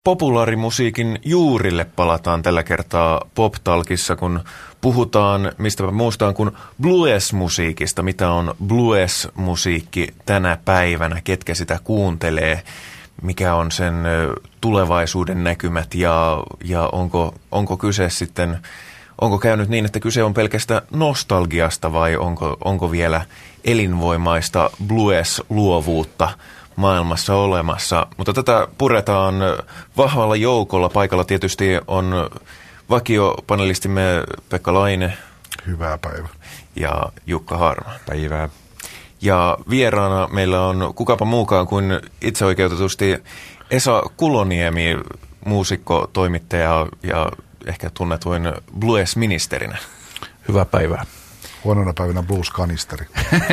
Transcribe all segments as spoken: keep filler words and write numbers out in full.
Populaarimusiikin juurille palataan tällä kertaa PopTalkissa, kun puhutaan mistä muusta kuin blues-musiikista. Mitä on blues-musiikki tänä päivänä, ketkä sitä kuuntelee, mikä on sen tulevaisuuden näkymät ja, ja onko, onko kyse sitten, onko käynyt niin, että kyse on pelkästään nostalgiasta vai onko, onko vielä elinvoimaista blues-luovuutta maailmassa olemassa, mutta tätä puretaan vahvalla joukolla. Paikalla tietysti on vakiopanelistimme Pekka Laine. Hyvää päivää. Ja Jukka Harma. Päivää. Ja vieraana meillä on kukapa muukaan kuin itseoikeutetusti Esa Kuloniemi, muusikko, toimittaja ja ehkä tunnetuin blues-ministerinä. Hyvää päivää. Huonona päivänä blues-kanisteri.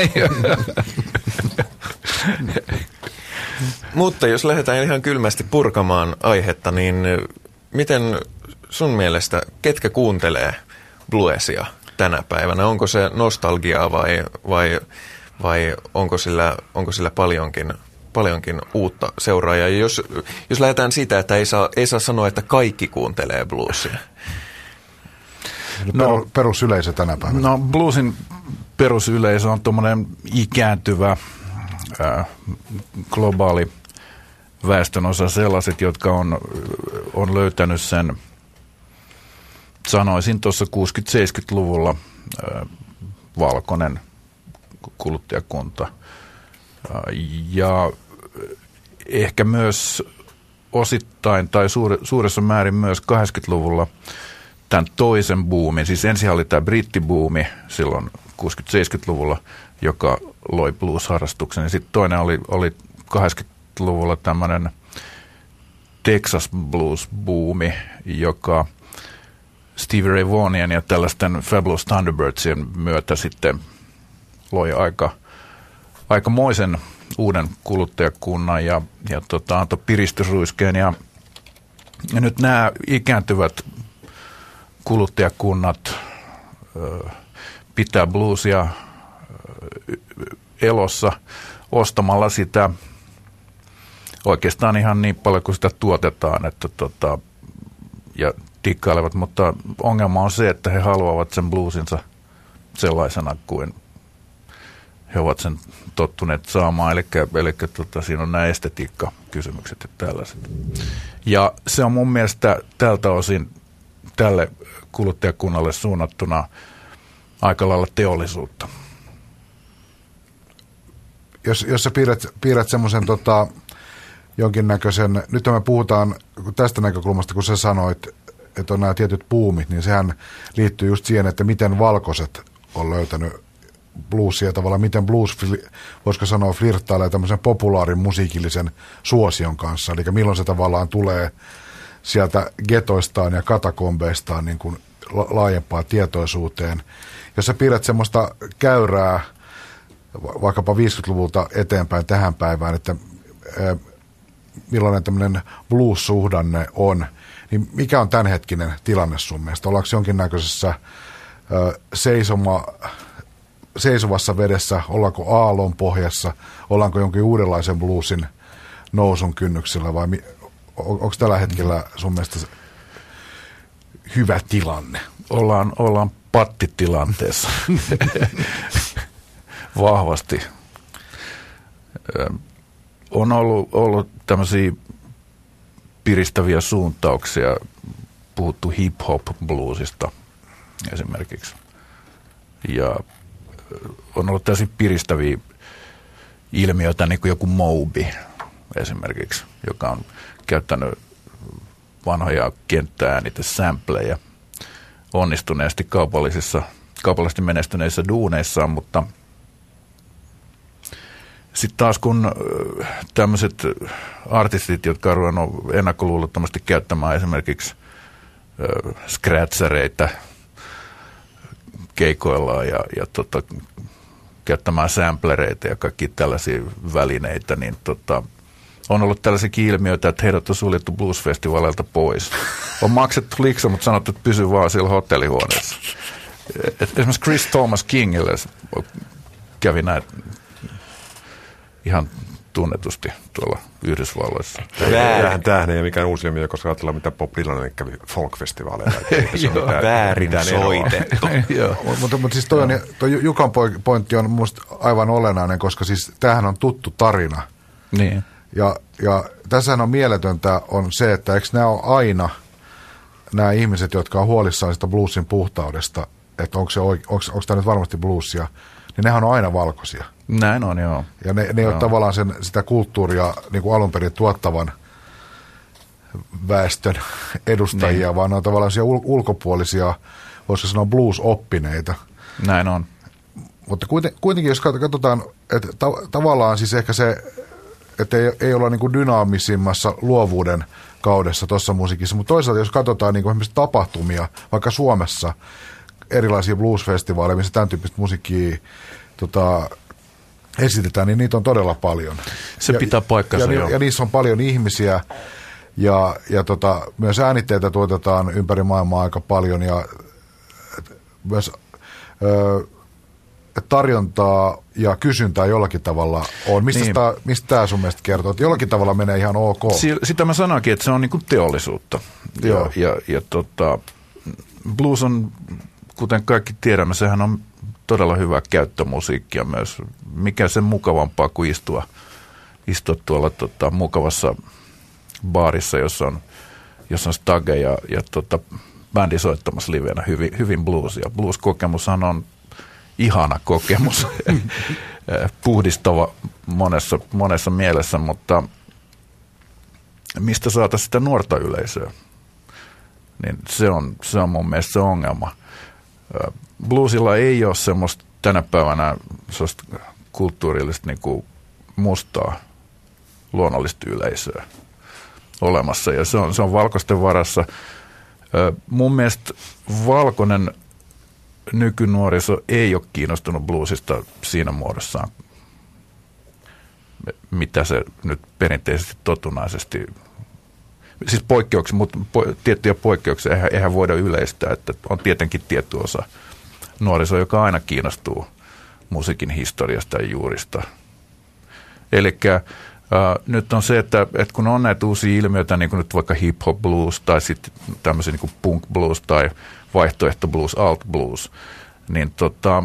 Mutta jos lähdetään ihan kylmästi purkamaan aihetta, niin miten sun mielestä, ketkä kuuntelee bluesia tänä päivänä? Onko se nostalgiaa vai, vai, vai onko sillä, onko sillä paljonkin, paljonkin uutta seuraajaa? Jos, jos lähdetään siitä, että ei saa, ei saa sanoa, että kaikki kuuntelee bluesia. No, perusyleisö tänä päivänä. No bluesin perusyleisö on tuommoinen ikääntyvä äh, globaali väestönosa, sellaiset, jotka on, on löytänyt sen, sanoisin tuossa kuusikymmentä-seitsemänkymmentäluvulla äh, valkoinen kuluttajakunta. Äh, ja ehkä myös osittain tai suure, suuressa määrin myös kahdeksankymmentäluvulla tämän toisen buumin, siis ensin oli tämä brittibuumi silloin kuusikymmentä-seitsemänkymmentäluvulla, joka loi blues-harrastuksen, ja sitten toinen oli, oli kahdeksankymmentäluvulla tämmöinen Texas blues-buumi, joka Stevie Ray Vaughanien ja tällaisten Fabulous Thunderbirdsin myötä sitten loi aika, aikamoisen uuden kuluttajakunnan ja, ja tota, antoi piristysruiskeen, ja, ja nyt nämä ikääntyvät kuluttajakunnat ö, pitää bluesia ö, elossa ostamalla sitä oikeastaan ihan niin paljon kuin sitä tuotetaan, että tota, ja dikkailevat, mutta ongelma on se, että he haluavat sen bluesinsa sellaisena kuin he ovat sen tottuneet saamaan, eli, eli tota, siinä on nämä estetiikkakysymykset ja tällaiset. Ja se on mun mielestä tältä osin tälle kuluttajakunnalle suunnattuna aika lailla teollisuutta. Jos, jos sä piirrät, piirrät semmoisen tota, jonkinnäköisen, nyt me puhutaan tästä näkökulmasta, kun sä sanoit, että on nämä tietyt buumit, niin sehän liittyy just siihen, että miten valkoiset on löytänyt bluesia tavallaan, miten blues, voisiko sanoa, flirttailee tämmöisen populaarin musiikillisen suosion kanssa, eli milloin se tavallaan tulee sieltä getoistaan ja katakombeistaan niin kuin laajempaan tietoisuuteen. Jos sä piirrät semmoista käyrää vaikkapa viisikymmentäluvulta eteenpäin tähän päivään, että äh, millainen tämmöinen blues-suhdanne on, niin mikä on tämänhetkinen tilanne sun mielestä? Ollaanko jonkinnäköisessä äh, seisoma, seisovassa vedessä, ollaanko aallon pohjassa, ollaanko jonkin uudenlaisen bluesin nousun kynnyksellä vai mi- onko tällä hetkellä sun mielestä hyvä tilanne? Ollaan, ollaan pattitilanteessa vahvasti. On ollut, ollut tämmöisiä piristäviä suuntauksia, puhuttu hip-hop-bluesista esimerkiksi. Ja on ollut tämmöisiä piristäviä ilmiöitä, niin kuin joku Moby esimerkiksi, joka on käyttänyt vanhoja kenttääänites-sampleja onnistuneesti kaupallisissa, kaupallisesti menestyneissä duuneissaan, mutta sitten taas kun tämmöiset artistit, jotka on ruvennut ennakkoluulottomasti käyttämään esimerkiksi scratchereitä keikoillaan ja, ja tota, käyttämään samplereita ja kaikki tällaisia välineitä, niin tota, on ollut tällaisia ilmiöitä, että heidät on suljettu blues-festivaalilta pois. On maksettu liksa, mutta sanottu, että pysy vaan siellä hotellihuoneessa. Et esimerkiksi Chris Thomas Kingille kävi näin ihan tunnetusti tuolla Yhdysvalloissa. Tämähän tämähän ei ole mikään uusi ilmiö, koska ajatellaan, mitä Bob Dylan kävi folkfestivaaleilla. Väärin soitettu. Mutta mut siis toi, on, toi Jukan pointti on minusta aivan olennainen, koska siis tämähän on tuttu tarina. Niin. Ja, ja tässähän on mieletöntä on se, että eikö nämä ole aina nämä ihmiset, jotka on huolissaan sitä bluesin puhtaudesta, että onko, se, onko, onko tämä nyt varmasti bluesia, niin nehän on aina valkoisia. Näin on, joo. Ja ne, ne ei ole tavallaan sen, sitä kulttuuria niin kuin alun perin tuottavan väestön edustajia, niin. Vaan ne on tavallaan ul- ulkopuolisia, voisiko sanoa blues-oppineita. Näin on. Mutta kuiten, kuitenkin, jos katsotaan, että ta- tavallaan siis ehkä se, että ei, ei olla niin kuin dynaamisimmassa luovuuden kaudessa tuossa musiikissa, mutta toisaalta jos katsotaan niin kuin esimerkiksi tapahtumia, vaikka Suomessa, erilaisia blues-festivaaleja, missä tämän tyyppistä musiikkia tota, esitetään, niin niitä on todella paljon. Se ja, pitää paikkansa, ja, ja, ja niissä on paljon ihmisiä, ja, ja tota, myös äänitteitä tuotetaan ympäri maailmaa aika paljon, ja myös ö, tarjontaa ja kysyntää jollakin tavalla on. Mistä, niin. sitä, mistä tämä sun mielestä kertoo? Että jollakin tavalla menee ihan ok. Sitä mä sanoinkin, että se on niin kuin teollisuutta. Joo. Ja, ja, ja tota, blues on, kuten kaikki tiedämme, sehän on todella hyvää käyttömusiikkia myös. Mikä sen mukavampaa kuin istua, istua tuolla tota, mukavassa baarissa, jossa on, jossa on stage ja, ja tota, bändi soittamassa livenä hyvin, hyvin bluesia. Blues-kokemushan on ihana kokemus, puhdistava monessa, monessa mielessä, mutta mistä saataisiin sitä nuorta yleisöä, niin se on, se on mun mielestä se ongelma. Bluesilla ei ole semmoista tänä päivänä semmoista kulttuurillista niin kuin mustaa luonnollista yleisöä olemassa, ja se on, se on valkoisten varassa. Mun mielestä valkoinen nykynuoriso ei ole kiinnostunut bluesista siinä muodossaan, mitä se nyt perinteisesti totunaisesti, siis poikkeuksia, mutta po, tiettyjä poikkeuksia eihän, eihän voida yleistää, että on tietenkin tietty osa nuorisoa, joka aina kiinnostuu musiikin historiasta ja juurista. Elikkä Uh, nyt on se, että, että kun on näitä uusia ilmiöitä, niin kuin nyt vaikka hip-hop blues tai sitten tämmöisiä niin kuin punk blues tai vaihtoehto blues, alt blues, niin tota,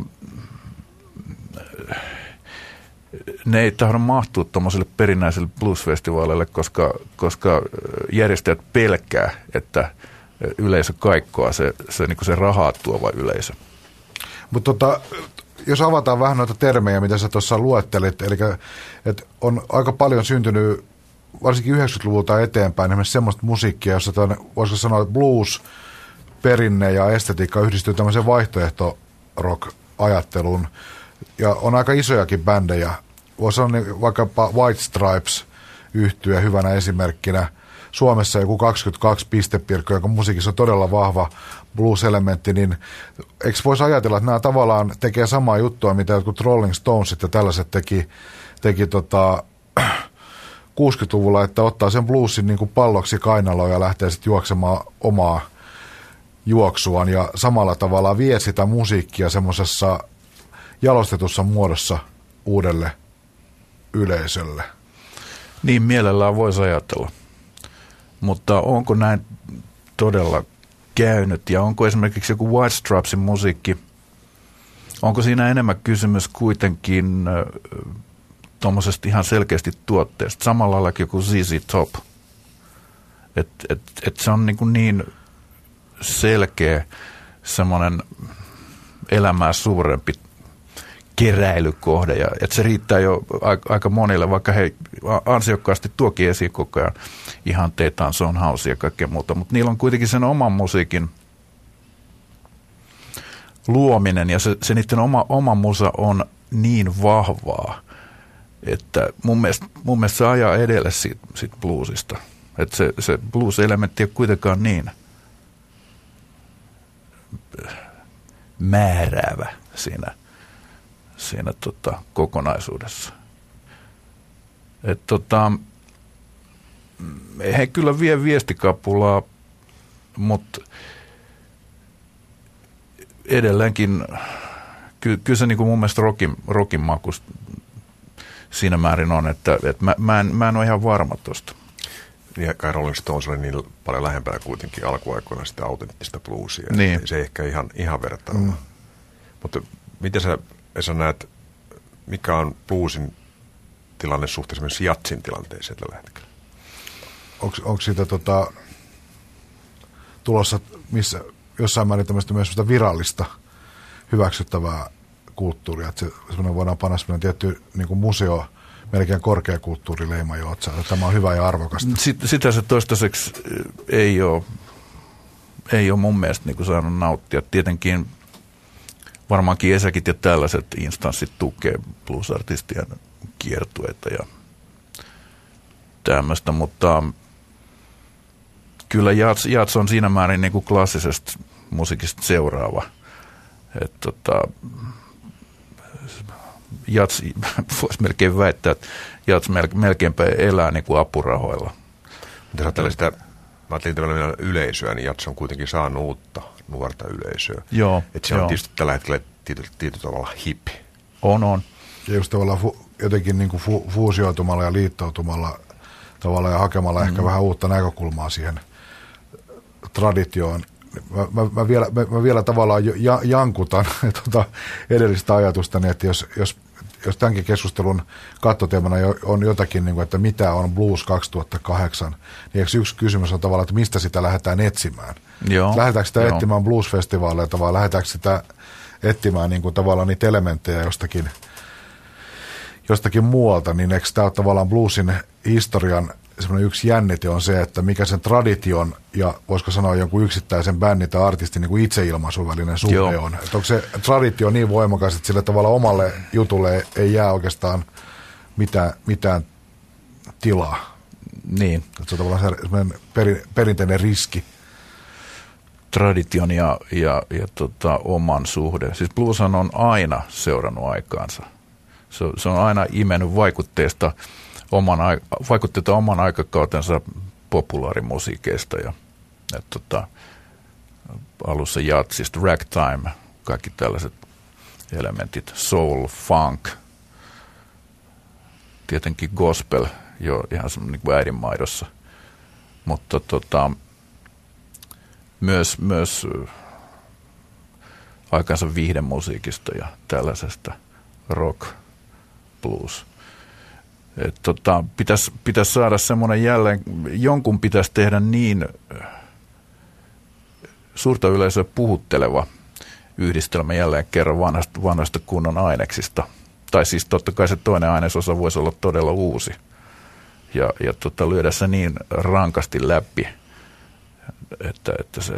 ne ei tahdo mahtua tuommoiselle perinnäiselle blues-festivaaleille, koska, koska järjestäjät pelkää, että yleisö kaikkoa, se, se, niin kuin se rahaa tuova yleisö. Mutta tota, jos avataan vähän noita termejä, mitä sä tuossa luettelit, eli että on aika paljon syntynyt, varsinkin yhdeksänkymmentäluvulta eteenpäin, esimerkiksi semmoista musiikkia, jossa tämän, voisiko sanoa, blues, perinne ja estetiikka yhdistyy tämmöiseen vaihtoehto-rock-ajatteluun, ja on aika isojakin bändejä. Voisi sanoa niin, vaikkapa White Stripes -yhtye hyvänä esimerkkinä. Suomessa joku kaksikymmentäkaksi pistepirkkoa, joka musiikissa on todella vahva blues-elementti, niin eikö voisi ajatella, että nämä tavallaan tekee samaa juttua, mitä jotkut Rolling Stonesit ja tällaiset teki, teki tota, kuusikymmentäluvulla, että ottaa sen bluesin niin kuin palloksi kainaloon ja lähtee sitten juoksemaan omaa juoksuaan ja samalla tavalla vie sitä musiikkia semmoisessa jalostetussa muodossa uudelle yleisölle. Niin mielellään voisi ajatella. Mutta onko näin todella käynyt ja onko esimerkiksi joku White Stripesin musiikki, onko siinä enemmän kysymys kuitenkin äh, tuommoisesta ihan selkeästi tuotteesta, samalla lailla joku Z Z Top, että et, et se on niin, kuin niin selkeä semmoinen elämää suurempi keräilykohde, ja että se riittää jo aika monille, vaikka he ansiokkaasti tuokin esiin koko ajan ihanteitaan, Son House ja kaikkea muuta, mutta niillä on kuitenkin sen oman musiikin luominen, ja se, se niiden oma, oma musa on niin vahvaa, että mun mielestä, mun mielestä se ajaa edelle siitä, siitä bluesista. Että se, se blues-elementti ei ole kuitenkaan niin määräävä siinä siinä tota, kokonaisuudessa. Et, tota, he kyllä vie viestikapulaa, mutta edelleenkin ky, kyllä se niin kuin mun mielestä rockin, rockin maku siinä määrin on, että, että mä, mä, en, mä en ole ihan varma tuosta. Niin, kai Rolling Stones oli niin paljon lähempänä kuitenkin alkuaikoina sitä autenttista bluesia. Niin. Se ei ehkä ihan, ihan verrattavaa. Mm. Mutta miten sä, Esa, näet, mikä on bluesin tilanne suhteessa myös jatsin tilanteeseen tällä hetkellä? Onko siitä tota, tulossa missä, jossain määrin tämmöistä myös virallista hyväksyttävää kulttuuria, että se voidaan panna semmoinen tietty niin kuin museo, melkein korkeakulttuurileima jo otsaan. Tämä on hyvä ja arvokasta. Sitä, sitä se toistaiseksi ei ole, ei ole mun mielestä niin kuin saanut nauttia. Tietenkin varmaankin Esäkit ja tällaiset instanssit tukee blues-artistien kiertueita ja tämmöistä, mutta kyllä jats, jats on siinä määrin niin kuin klassisesta musiikista seuraava. Että tota, jats, voisi melkein väittää, että jats melkeinpä elää niin kuin apurahoilla. Mutta jos sitä, mä ajattelin tämmöinen yleisöä, niin jats on kuitenkin saanut uutta nuorta yleisöä. Joo. Että se on tietysti tällä hetkellä tietyllä, tietyllä tavalla hip. On, on. Ja just tavallaan fu, jotenkin niin kuin fu, fuusioitumalla ja liittoutumalla tavalla ja hakemalla mm-hmm. ehkä vähän uutta näkökulmaa siihen traditioon. Mä, mä, mä, vielä, mä, mä vielä tavallaan ja, jankutan tuota edellistä ajatustani, että jos, jos, jos tämänkin keskustelun kattoteemana on jotakin, niin kuin, että mitä on Blues kaksituhattakahdeksan, niin yksi kysymys on tavallaan, että mistä sitä lähdetään etsimään. Joo, lähdetäänkö sitä joo. etsimään blues-festivaaleilta vai lähdetäänkö sitä etsimään niin kuin tavallaan niitä elementtejä jostakin, jostakin muualta, niin eikö tämä ole tavallaan bluesin historian semmoinen yksi jännite on se, että mikä sen tradition ja voisiko sanoa jonkun yksittäisen bändin tai artistin niin kuin itseilmaisun välinen suhde Joo. on. Että onko se traditio niin voimakas, että sillä tavalla omalle jutulle ei jää oikeastaan mitään, mitään tilaa. Niin. Että se on tavallaan semmoinen peri, perinteinen riski. Tradition ja, ja, ja tota, oman suhde. Siis blueshan on aina seurannut aikaansa. Se, se on aina imennyt vaikutteesta oman, vaikutteita oman aikakautensa populaarimusiikeista ja et, tota, alussa jatsista, ragtime, kaikki tällaiset elementit, soul, funk, tietenkin gospel jo ihan niin kuin äidinmaidossa, mutta tota, myös, myös aikansa viihdemusiikista ja tällaisesta rock, blues. Et tota, pitäisi pitäis saada semmoinen jälleen, jonkun pitäisi tehdä niin suurta yleisöä puhutteleva yhdistelmä jälleen kerran vanhasta, vanhasta kunnon aineksista. Tai siis totta kai se toinen ainesosa voisi olla todella uusi. Ja, ja tota, lyödä se niin rankasti läpi, että, että se,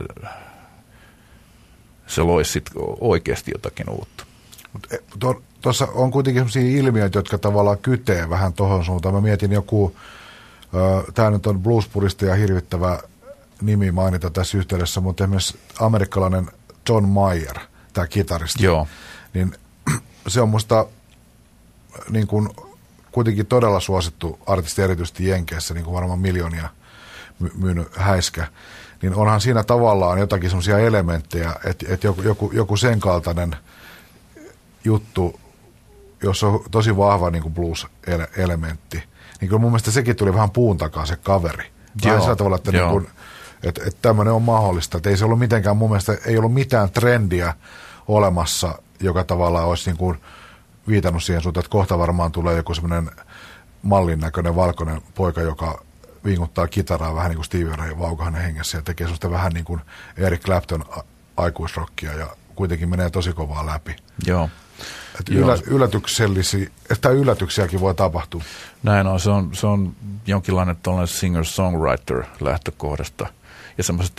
se loisi sit oikeasti jotakin uutta. Tuossa on kuitenkin sellaisia ilmiöitä, jotka tavallaan kytee vähän tuohon suuntaan. Mä mietin joku, tämä nyt on bluespurista ja hirvittävä nimi mainita tässä yhteydessä, mutta esimerkiksi amerikkalainen John Mayer, tämä kitaristi. Joo. Niin se on musta niin kuin, kuitenkin todella suosittu artisti, erityisesti Jenkeissä, niin kuin varmaan miljoonia my- myynyt häiskä. Niin onhan siinä tavallaan jotakin semmoisia elementtejä, että, että joku, joku, joku sen kaltainen juttu, jos on tosi vahva niin kuin blues-elementti, niin kyllä mun mielestä sekin tuli vähän puun takaa se kaveri. Vähän sillä tavalla, että, niin kuin, että, että tämmöinen on mahdollista. Että ei se ollut mitenkään, mun mielestä ei ollut mitään trendiä olemassa, joka tavallaan olisi niin kuin viitannut siihen suuntaan, että kohta varmaan tulee joku semmoinen mallin näköinen valkoinen poika, joka vinkuttaa kitaraa vähän niin kuin Stevie Ray Vaughanen hengessä ja tekee semmoista vähän niin kuin Eric Clapton aikuisrockia ja kuitenkin menee tosi kovaa läpi. Joo. Että ylä, yllätyksellisiä, että yllätyksiäkin voi tapahtua. Näin on. Se on, se on jonkinlainen tuollainen singer-songwriter lähtökohdasta ja semmoisesta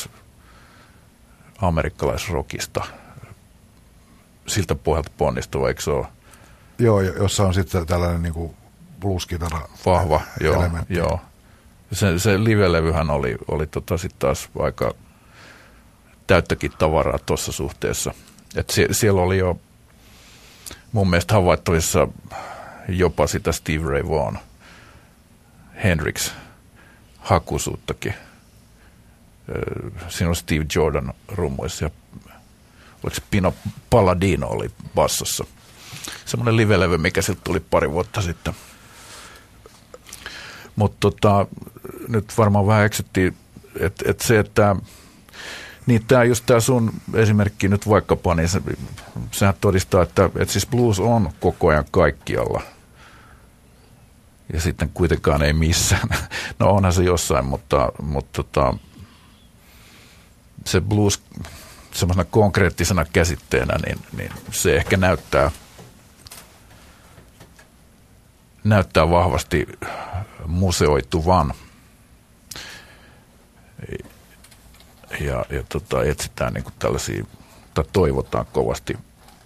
yleis-amerikkalaisrockista siltä pohjalta ponnistuva, eikö se ole? Joo, jossa on sitten tällainen niin kuin blues-kitara vahva, joo, elementti. joo. Se, se live-levyhän oli, oli tota sitten taas aika täyttäkin tavaraa tuossa suhteessa. Et sie, siellä oli jo mun mielestä havaittavissa jopa sitä Steve Ray Vaughan Hendrix hakuisuuttakin. Siinä on Steve Jordan rummuissa ja oliko se Pino Palladino oli bassossa. semmoinen live-levy, mikä siltä tuli pari vuotta sitten. Mutta tota, nyt varmaan vähän eksyttiin, että et se, että niin tämä just tämä sun esimerkki nyt vaikkapa, niin se, sehän todistaa, että et siis blues on koko ajan kaikkialla. Ja sitten kuitenkaan ei missään. No onhan se jossain, mutta, mutta tota, se blues semmoisena konkreettisena käsitteenä, niin, niin se ehkä näyttää, näyttää vahvasti museoituvan. Ja, ja tota, etsitään niin kuin tällaisia, tai toivotaan kovasti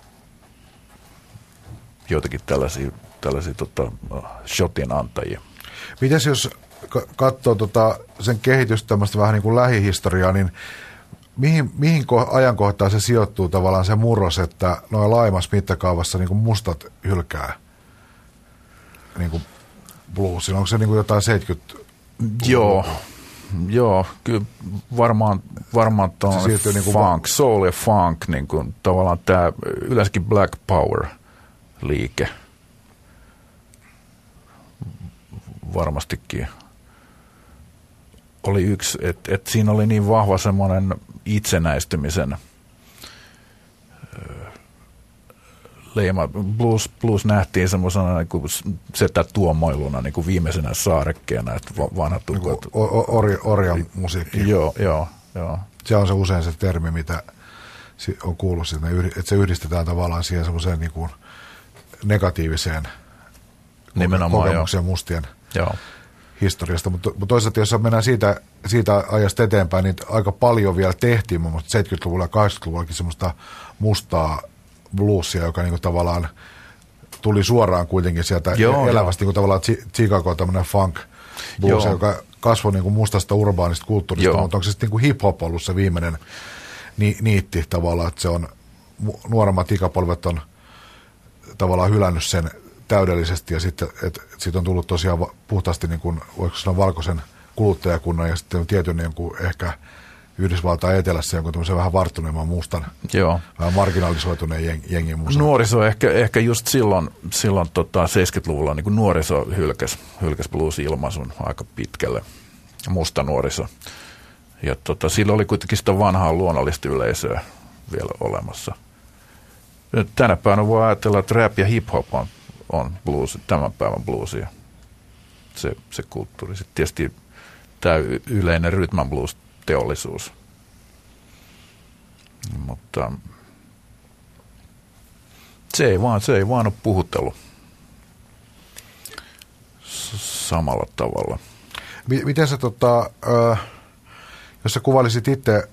joitakin tällaisia, tällaisia tota, shotin antajia. Mites jos katsoo tota sen kehitystä tämmöistä vähän niin kuin lähihistoriaa, niin mihin, mihin ajankohtaan se sijoittuu tavallaan se murros, että noin laajemmassa mittakaavassa niin kuin mustat hylkää niin kuin bluesin? Onko se niin kuin jotain seitsemänkymmentä? Joo. Joo, kyllä varmaan, varmaan tuon niin funk, va- soul ja funk, niin kuin tavallaan tämä yleensäkin Black Power-liike varmastikin oli yksi, että et siinä oli niin vahva semmoinen itsenäistymisen leima. Blues, blues nähtiin semmoisena niin kuin setätuomoiluna niin kuin viimeisenä saarekkeena, että vanhat tukot. Niin or, orjan musiikki. Joo, joo, joo. Se on se usein se termi, mitä on kuullut, että se yhdistetään tavallaan siihen semmoiseen niin kuin negatiiviseen kokemukseen mustien joo. historiasta. Mutta toisaalta, jos mennään siitä, siitä ajasta eteenpäin, niin aika paljon vielä tehtiin, muun muassa seitsemänkymmentäluvulla ja kahdeksankymmentäluvullakin semmoista mustaa bluesia, joka niinku tavallaan tuli suoraan kuitenkin sieltä joo, elävästi, niinku tavallaan Chicago tämmöinen funk blues, joo. joka kasvoi niinku mustasta urbaanista kulttuurista, joo. mutta onko se sitten niinku hip-hop ollut se viimeinen ni- niitti tavallaan, että se on, nuoremmat ikäpolvet on tavallaan hylännyt sen täydellisesti ja sitten, että siitä on tullut tosiaan puhtaasti niin kuin, voiko sanoa valkoisen kuluttajakunnan ja sitten tietyn niin kuin ehkä Yhdysvaltain etelässä jonkun tämmöisen vähän varttuneemman mustan, joo. vähän marginalisoituneen jeng, jengin musan. Nuoriso ehkä, ehkä just silloin, silloin tota seitsemänkymmentäluvulla niin kuin nuoriso hylkäs, hylkäs blues-ilmaisun aika pitkälle, musta nuoriso. Ja tota, sillä oli kuitenkin sitä vanhaa luonnollista yleisöä vielä olemassa. Nyt tänä päivänä voi ajatella, että rap ja hip-hop on, on blues, tämän päivän bluesia, se, se kulttuuri. Sitten tietysti tämä yleinen rhythm blues teollisuus. Mutta se ei vaan, se ei vaan ole puhutellut S- samalla tavalla. Miten sä, tota, äh, jos sä kuvailisit itse,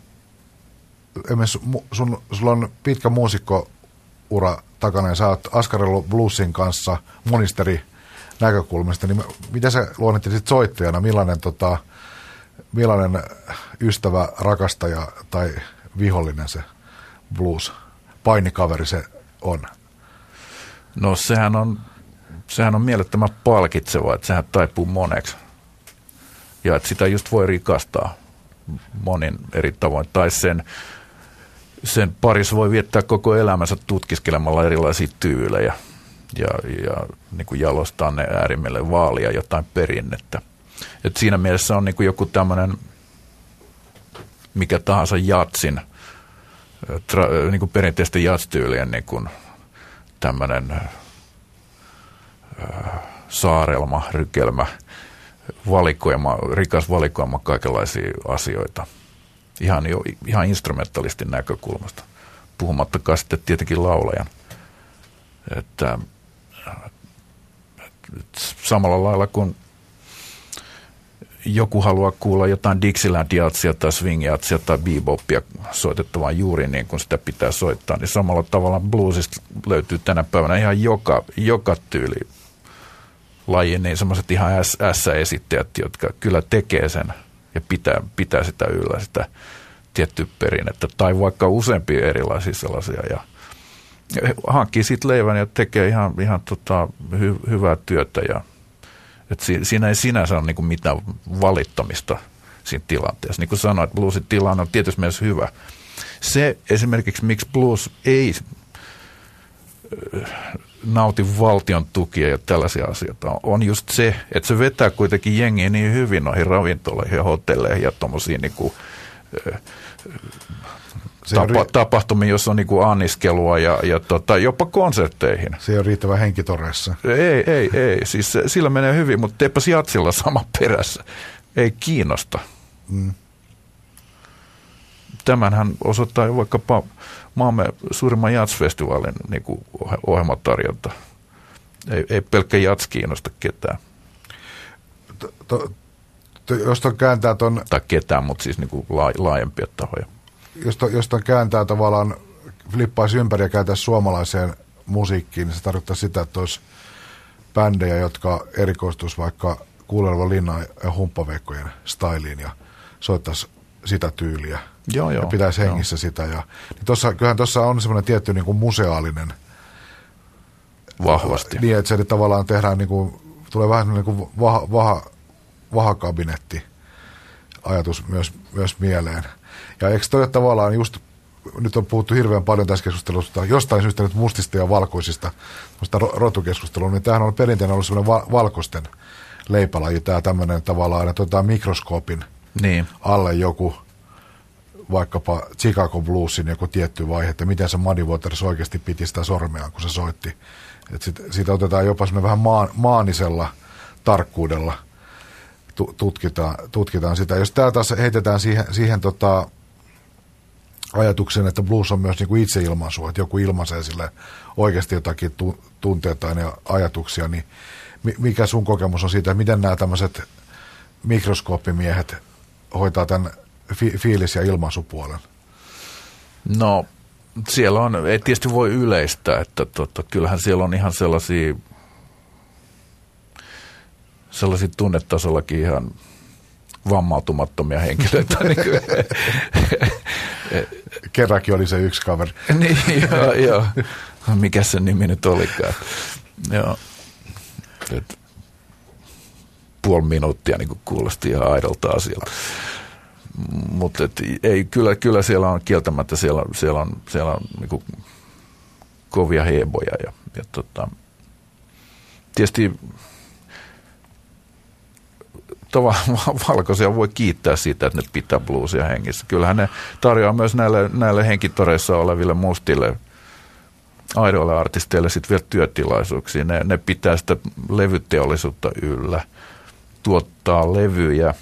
sun, sulla on pitkä muusikkoura takana ja sä oot askarellut bluesin kanssa monisteri näkökulmista, niin miten sä luonnettelisit soittajana, millainen tota, millainen ystävä, rakastaja tai vihollinen se blues-painikaveri se on? No sehän on, sehän on mielettömän palkitseva, että sehän taipuu moneksi. Ja että sitä just voi rikastaa monin eri tavoin. Tai sen, sen parissa voi viettää koko elämänsä tutkiskelemalla erilaisia tyylejä ja, ja niin kuin jalostaa ne äärimmille vaalia jotain perinnettä. Et siinä mielessä on niin kuin joku tämmöinen, mikä tahansa jatsin, tra, niin kuin perinteisten jatstyylien niin kuin tämmöinen äh, saarelma, rykelmä, valikoima, rikas valikoima kaikenlaisia asioita. Ihan, jo, ihan instrumentalistin näkökulmasta, puhumattakaan sitten tietenkin laulajan. Että, et samalla lailla kuin joku haluaa kuulla jotain Dixieland-jatsia tai swing-jatsia tai bebopia soitettavaa juuri niin kuin sitä pitää soittaa, niin samalla tavalla bluesista löytyy tänä päivänä ihan joka, joka tyyli laji, niin semmoiset ihan ässä-esittäjät, jotka kyllä tekee sen ja pitää, pitää sitä yllä, sitä tiettyä perinnettä, tai vaikka useampia erilaisia sellaisia, ja hankkii siitä leivän ja tekee ihan, ihan tota, hy, hyvää työtä, ja että siinä ei sinänsä ole niinku mitään valittamista siinä tilanteessa. Niin kuin sanoin, että bluesin tilanne on tietysti mielessä hyvä. Se esimerkiksi, miksi blues ei nauti valtion tukia ja tällaisia asioita, on just se, että se vetää kuitenkin jengiä niin hyvin noihin ravintoloihin ja hotelleihin ja tuommoisiin niinku, tapa, ri- tapahtumiin, jossa on niinku anniskelua ja, ja tota, jopa konsertteihin. Se ei ole riittävän henkitoreissa. Ei, ei, ei. Siis sillä menee hyvin, mutta teipäs jatsilla sama perässä. Ei kiinnosta. Mm. Tämänhän osoittaa jo vaikkapa maamme suurimman jatsfestivaalin niin kuin ohjelmatarjonta. Ei, ei pelkkä jats kiinnosta ketään. To, to, to, jos ton kääntää ton... Tai ketään, mutta siis niin kuin laajempia tahoja. Jos, to, jos ton kääntää tavallaan, flippaisi ympäri ja kääntäisi suomalaiseen musiikkiin, niin se tarkoittaa sitä, että olisi bändejä, jotka erikoistuisi vaikka Kuulevan linnan ja humppaveikkojen styliin ja soittaisi sitä tyyliä. Joo, joo, ja pitäisi hengissä joo. sitä. Ja, niin tossa, kyllähän tuossa on semmoinen tietty niin kuin museaalinen. Vahvasti. Niin, että se tavallaan tehdään, niin kuin, tulee vähän niin kuin vaha, vaha, vahakabinetti ajatus myös, myös mieleen. Ja eikö toi tavallaan just, nyt on puhuttu hirveän paljon tässä keskustelusta, jostain syystä nyt mustista ja valkoisista, rotukeskustelua, niin tämähän on perinteinen ollut semmoinen va- valkoisten leipälaji, tämä tämmöinen tavallaan, että otetaan mikroskoopin niin. alle joku vaikkapa Chicago Bluesin joku tietty vaihe, että miten se Muddy Waters oikeasti piti sitä sormeaan, kun se soitti. Että sit, siitä otetaan jopa semmoinen vähän maan, maanisella tarkkuudella tu, tutkitaan, tutkitaan sitä. Jos täällä taas heitetään siihen, siihen tota, ajatuksen, että blues on myös niinku itseilmaisu, että joku ilmaisee sille oikeasti jotakin tu, tunteita ja ajatuksia, niin mikä sun kokemus on siitä, miten nämä tämmöiset mikroskooppimiehet hoitaa tämän fi- fiilis- ja ilmaisupuolen? No, siellä on, ei tietysti voi yleistää, että tota, kyllähän siellä on ihan sellaisia, sellaisia tunnetasollakin ihan vammautumattomia henkilöitä. Kerrankin oli se yksi kaveri. Niin, joo, joo. Mikä sen nimi nyt olikaan? Joo. Et, puoli minuuttia niin kuulosti ihan aidolta asialta. Mutta ei, kyllä, kyllä siellä on kieltämättä, siellä, siellä on, siellä on niin kovia heboja. Ja, ja tota, tietysti valkoisia voi kiittää siitä, että ne pitää bluesia hengissä. Kyllähän ne tarjoaa myös näille, näille henkitoreissa oleville mustille aidoille artisteille sitten vielä työtilaisuuksia. Ne, ne pitää sitä levyteollisuutta yllä, tuottaa levyjä,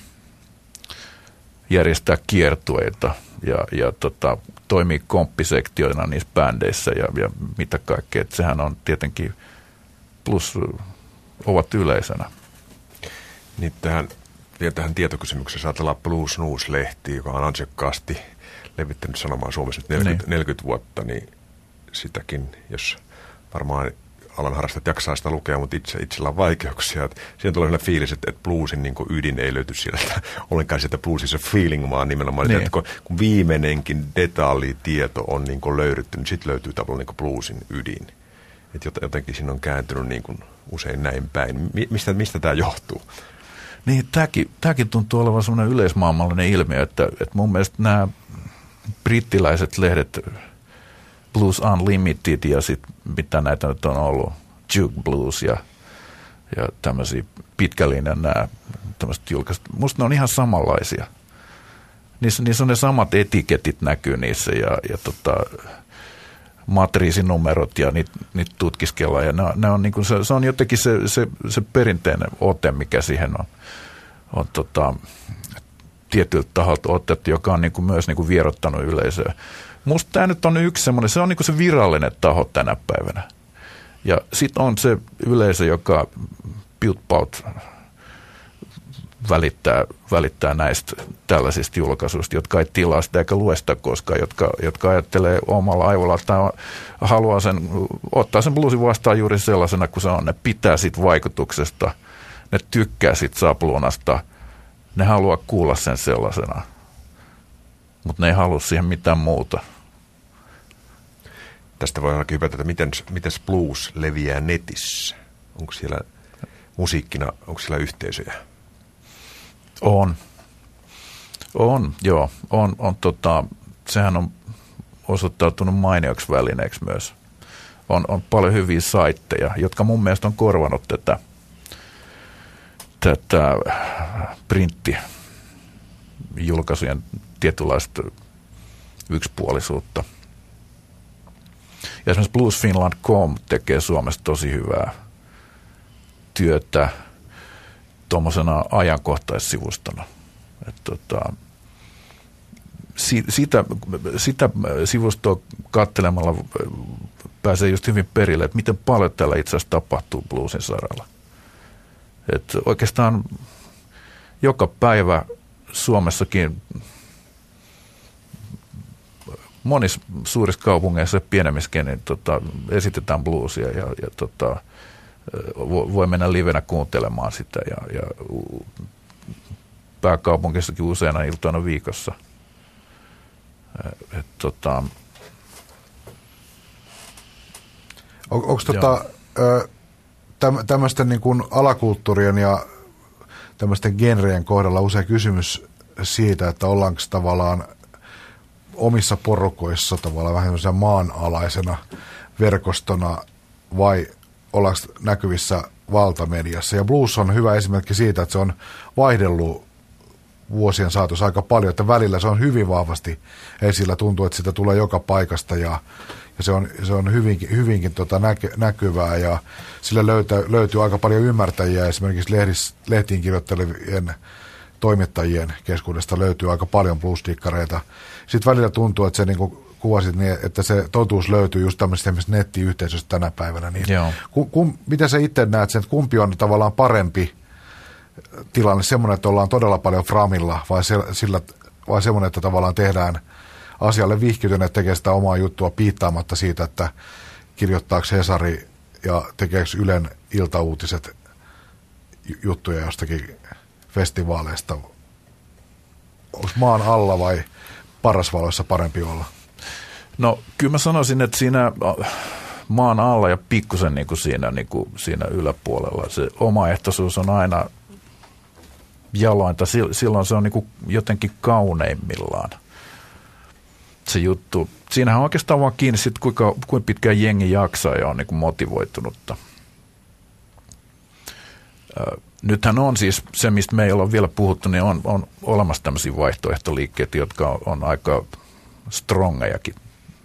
järjestää kiertueita ja, ja tota, toimii komppisektioina niissä bändeissä ja, ja mitä kaikkea. Et sehän on tietenkin, plus ovat yleisenä. Niin tähän, vielä tähän tietokysymykseen ajatellaan Blues News-lehti, joka on ansiokkaasti levittänyt sanomaan Suomessa nyt neljäkymmentä, niin. neljäkymmentä vuotta, niin sitäkin, jos varmaan alan harrastajat jaksaa sitä lukea, mutta itse, itsellä on vaikeuksia. Siihen tulee sellainen fiilis, että, että bluesin niin kuin ydin ei löyty sieltä ollenkaan sieltä bluesissa feeling, vaan nimenomaan, niin. että kun, kun viimeinenkin detaljitieto on niin kuin löydetty, niin sitten löytyy tavallaan niin kuin bluesin ydin. Että jotenkin siinä on kääntynyt niin kuin usein näin päin. Mistä, mistä tämä johtuu? Niin, tämäkin, tämäkin tuntuu olevan sellainen yleismaailmallinen ilmiö, että, että mun mielestä nämä brittiläiset lehdet, Blues Unlimited ja sitten mitä näitä nyt on ollut, Juke Blues ja, ja tämmöisiä pitkälinjan nämä tämmöiset julkaiset. Musta ne on ihan samanlaisia. Niissä, niissä on ne samat etiketit näkyy niissä ja, ja tota, matriisinumerot ja niitä niit tutkiskellaan. Ja ne, ne on niin kuin se, se on jotenkin se, se, se perinteinen ote, mikä siihen on, on tota, tietyltä taholta otettu, joka on niin kuin myös niin kuin vierottanut yleisöä. Musta tämä nyt on yksi semmoinen, se on niin kuin se virallinen taho tänä päivänä. Ja sitten on se yleisö, joka piutpaut välittää, välittää näistä tällaisista julkaisuista, jotka ei tilaa sitä eikä lue sitä koskaan, jotka, jotka ajattelee omalla aivolla tai haluaa sen, ottaa sen bluesin vastaan juuri sellaisena kuin se on. Ne pitää siitä vaikutuksesta, ne tykkää siitä sapluunasta, ne haluaa kuulla sen sellaisena, mutta ne ei halua siihen mitään muuta. Tästä voi ainakin hypätä, että miten, miten blues leviää netissä? Onko siellä musiikkina, onko siellä yhteisöjä? On. On, joo. On, on, tota, sehän on osoittautunut mainioksi välineeksi myös. on, on paljon hyviä saitteja, jotka mun mielestä on korvanut tätä, tätä printtijulkaisujen tietynlaista yksipuolisuutta. Ja esimerkiksi blues finland piste com tekee Suomessa tosi hyvää työtä tuommoisena ajankohtaissivustona. Et tota, si, sitä, sitä sivustoa katselemalla pääsee just hyvin perille, että miten paljon täällä itse asiassa tapahtuu bluesin saralla. Et oikeastaan joka päivä Suomessakin monissa suurissa kaupungeissa ja pienemmissäkin niin tota, esitetään bluesia ja, ja tota, voi mennä livenä kuuntelemaan sitä ja, ja pääkaupunkissakin useina iltoina viikossa. Et, tota, on, onko tota, tämmöisten niin kuin alakulttuurien ja tämmöisten genreen kohdalla usein kysymys siitä, että ollaanko tavallaan omissa porukoissa tavallaan vähän maanalaisena verkostona vai ollaanko näkyvissä valtamediassa. Ja blues on hyvä esimerkki siitä, että se on vaihdellut vuosien saatossa aika paljon, että välillä se on hyvin vahvasti esillä, tuntuu, että sitä tulee joka paikasta ja, ja se on, se on hyvinkin, hyvinkin tota näky, näkyvää ja sillä löytää, löytyy aika paljon ymmärtäjiä, esimerkiksi lehdis, lehtiin kirjoittelevien toimittajien keskuudesta löytyy aika paljon bluesdikkareita. Sitten välillä tuntuu, että se niin kuin kuvasit, niin, että se totuus löytyy just tämmöisestä nettiyhteisöstä tänä päivänä. Niin ku, ku, miten sä itse näet sen, että kumpi on tavallaan parempi tilanne, semmoinen, että ollaan todella paljon framilla, vai, se, sillä, vai semmoinen, että tavallaan tehdään asialle vihkiytyneen, että tekee sitä omaa juttua piittaamatta siitä, että kirjoittaako Hesari ja tekeekö Ylen iltauutiset juttuja jostakin festivaaleista. Onko maan alla vai parasvaloissa parempi olla? No kyllä mä sanoisin, että siinä maan alla ja pikkusen niin kuin siinä, niin kuin siinä yläpuolella se omaehtoisuus on aina jalointa. Silloin se on niin kuin jotenkin kauneimmillaan se juttu. Siinähän on oikeastaan vaan kiinni sit, kuinka, kuinka pitkään jengi jaksaa ja on niin kuin motivoitunutta. Nythän on siis se, mistä me ei olla vielä puhuttu, niin on, on olemassa tämmöisiä vaihtoehtoliikkeitä, jotka on, on aika strongejakin.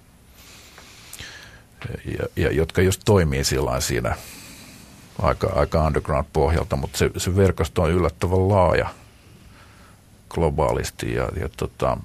Ja, ja jotka just toimii sillain siinä aika, aika underground-pohjalta, mutta se, se verkosto on yllättävän laaja globaalisti. Ja, ja tota,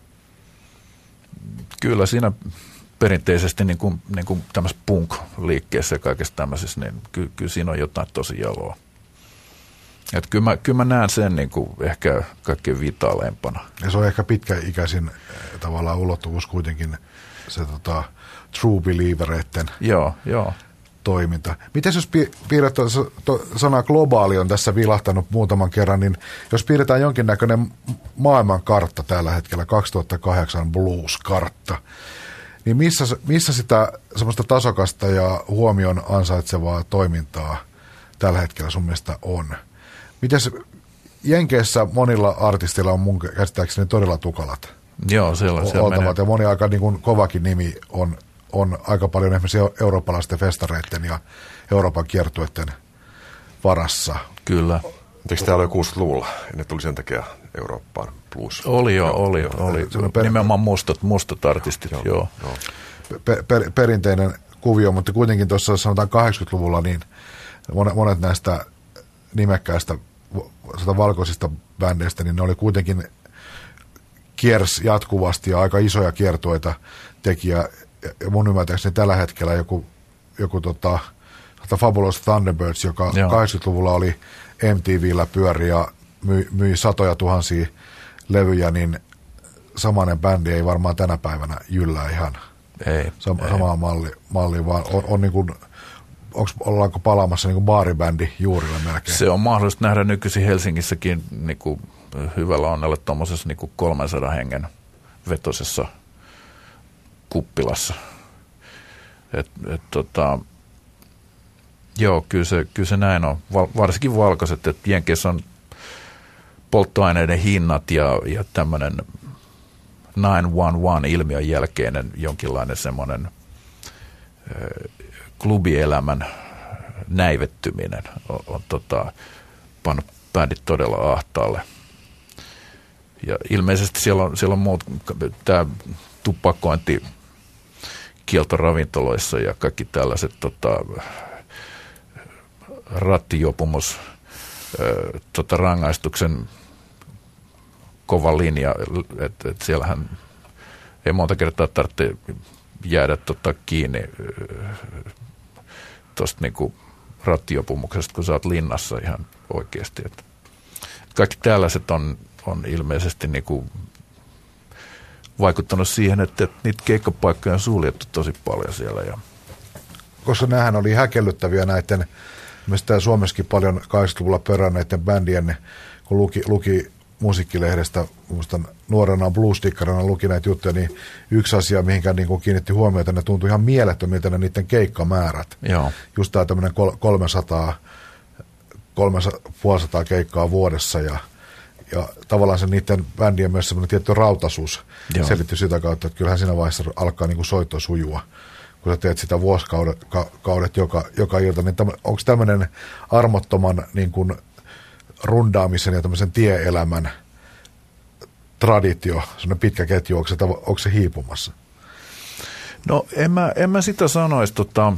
kyllä siinä perinteisesti niin kuin, niin kuin tämmöisessä punk-liikkeessä ja kaikessa tämmöisessä, niin ky, kyllä siinä on jotain tosi jaloa. Että kyllä mä, kyllä mä näen sen niin kuin ehkä kaikkein vitaaleimpana. Ja se on ehkä pitkäikäisin tavallaan ulottuvuus kuitenkin se tota, true believereiden joo, joo. toiminta. Miten jos piirret, sana globaali on tässä vilahtanut muutaman kerran, niin jos piirretään jonkinnäköinen maailmankartta tällä hetkellä, kaksituhattakahdeksan blues-kartta, niin missä, missä sitä semmoista tasokasta ja huomion ansaitsevaa toimintaa tällä hetkellä sun mielestä on? Mites Jenkeissä monilla artisteilla on mun käsittääkseni todella tukalat. Joo, siellä, siellä menee. Ja moni aika niin kuin kovakin nimi on, on aika paljon esimerkiksi eurooppalaisten festareiden ja Euroopan kiertueiden varassa. Kyllä. Eikö tämä ole kuusikymmentäluvulla? Ne tuli sen takia Eurooppaan blues. Oli jo, oli. Jo, oli. Per, nimenomaan mustat, mustat artistit, joo. joo. joo. Per, per, perinteinen kuvio, mutta kuitenkin tuossa sanotaan kahdeksankymmentäluvulla niin monet näistä nimekkäistä valkoisista bändeistä, niin ne oli kuitenkin kiersi jatkuvasti ja aika isoja kiertueita tekijä. Ja mun ymmärtääkseni tällä hetkellä joku, joku tota, Fabulous Thunderbirds, joka joo. kahdeksankymmentäluvulla oli M T V:llä pyöri ja myi, myi satoja tuhansia levyjä, niin samainen bändi ei varmaan tänä päivänä jyllää ihan ei, sam- ei. samaa malli, malli, vaan on, on niin kuin Onko, ollaanko palaamassa niin kuin baaribändi juurille melkein? Se on mahdollista nähdä nykyisin Helsingissäkin niin kuin hyvällä onnella tuommoisessa niin kuin kolmensadan hengen vetoisessa kuppilassa. Et, et, tota, joo, kyllä se, kyllä se näin on. Val, varsinkin valkoiset, että Jenkeissä on polttoaineiden hinnat ja, ja tämmöinen yhdeksän yksi yksi ilmiön jälkeinen jonkinlainen semmoinen klubielämän näivettyminen on, on tota, pannut bändit todella ahtaalle. Ja ilmeisesti siellä on, siellä on muut, tämä tupakointi kielto ravintoloissa ja kaikki tällaiset tota, rattijopumus, ö, tota, rangaistuksen kova linja, että et siellähän ei monta kertaa tarvitse jäädä tota, kiinni tuosta niinku rattijopumuksesta, kun sä oot linnassa ihan oikeasti. Et kaikki tällaiset on, on ilmeisesti niinku vaikuttanut siihen, että, että niitä keikkapaikkoja on suljettu tosi paljon siellä. Ja koska nämähän oli häkellyttäviä näiden, mistä Suomessakin paljon kahdeksankymmentäluvulla perään näiden bändien, kun luki, luki musiikkilehdestä, muistan nuorena bluesdikkarina luki näitä juttuja, niin yksi asia, mihinkä niin kuin kiinnitti huomiota, ne tuntui ihan mielettömiltä ne niiden keikkamäärät. Joo. Just tämä tämmöinen kolmesataa, kolmesataa keikkaa vuodessa ja, ja tavallaan se niiden bändien myös semmoinen tietty rautaisuus selittyi sitä kautta, että kyllähän siinä vaiheessa alkaa niin kuin soitto sujua, kun sä teet sitä vuosikaudet ka, kaudet joka, joka ilta, niin tämmö, onko tämmöinen armottoman niin kuin rundaamisen ja tämmöisen tie-elämän traditio, semmoinen pitkä ketju, onko se, onko se hiipumassa? No en mä, en mä sitä sanoisi. Tota,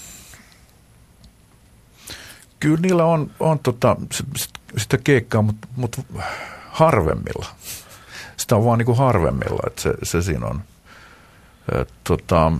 kyllä niillä on, on tota, sitä keikkaa, mutta mut harvemmilla. Sitä on vaan niin kuin harvemmilla, että se, se siinä on. Et, tota,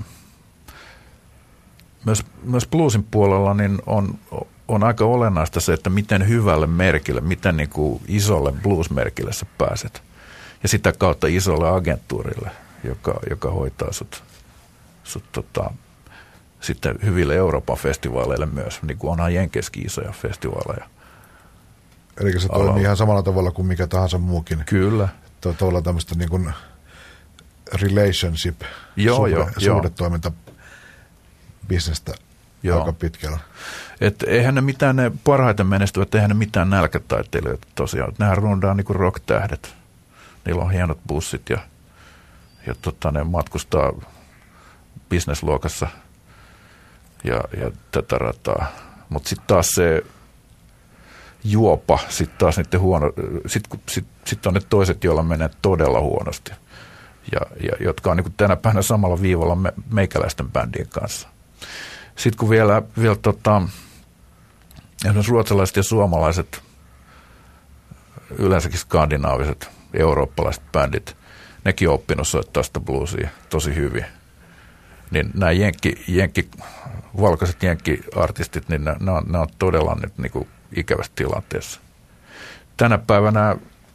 myös, myös bluesin puolella niin on on aika olennaista se, että miten hyvälle merkille, miten niin kuin isolle blues-merkille sä pääset. Ja sitä kautta isolle agenttuurille, joka, joka hoitaa sut, sut tota, sitten hyville Euroopan festivaaleille myös, niin kuin onhan Jenkeissäkin isoja festivaaleja. Eli se alalla toimii ihan samalla tavalla kuin mikä tahansa muukin. Kyllä. Tavallaan tämmöistä niin kuin relationship, joo, suhde, joo, suhdetoiminta, bisnestä joo. aika pitkällä. Että eihän ne mitään, ne parhaiten menestyvät, eihän ne mitään nälkätaiteilijoita tosiaan. Nehän rundaa niin kuin rock-tähdet. Niillä on hienot bussit ja, ja tota, ne matkustaa bisnesluokassa ja, ja tätä rataa. Mutta sitten taas se juopa, sitten taas niiden huono, sitten sit, sit on ne toiset, joilla menee todella huonosti. Ja, ja jotka on niin kuin tänä päivänä samalla viivalla me, meikäläisten bändien kanssa. Sitten kun vielä, vielä tota, esimerkiksi ruotsalaiset ja suomalaiset, yleensäkin skandinaaviset, eurooppalaiset bändit, nekin on oppinut soittaa sitä bluesia tosi hyvin. Niin nämä jenkki, jenkki, valkoiset jenkki-artistit, niin ne, ne, on, ne on todella nyt niin kuin ikävässä tilanteessa. Tänä päivänä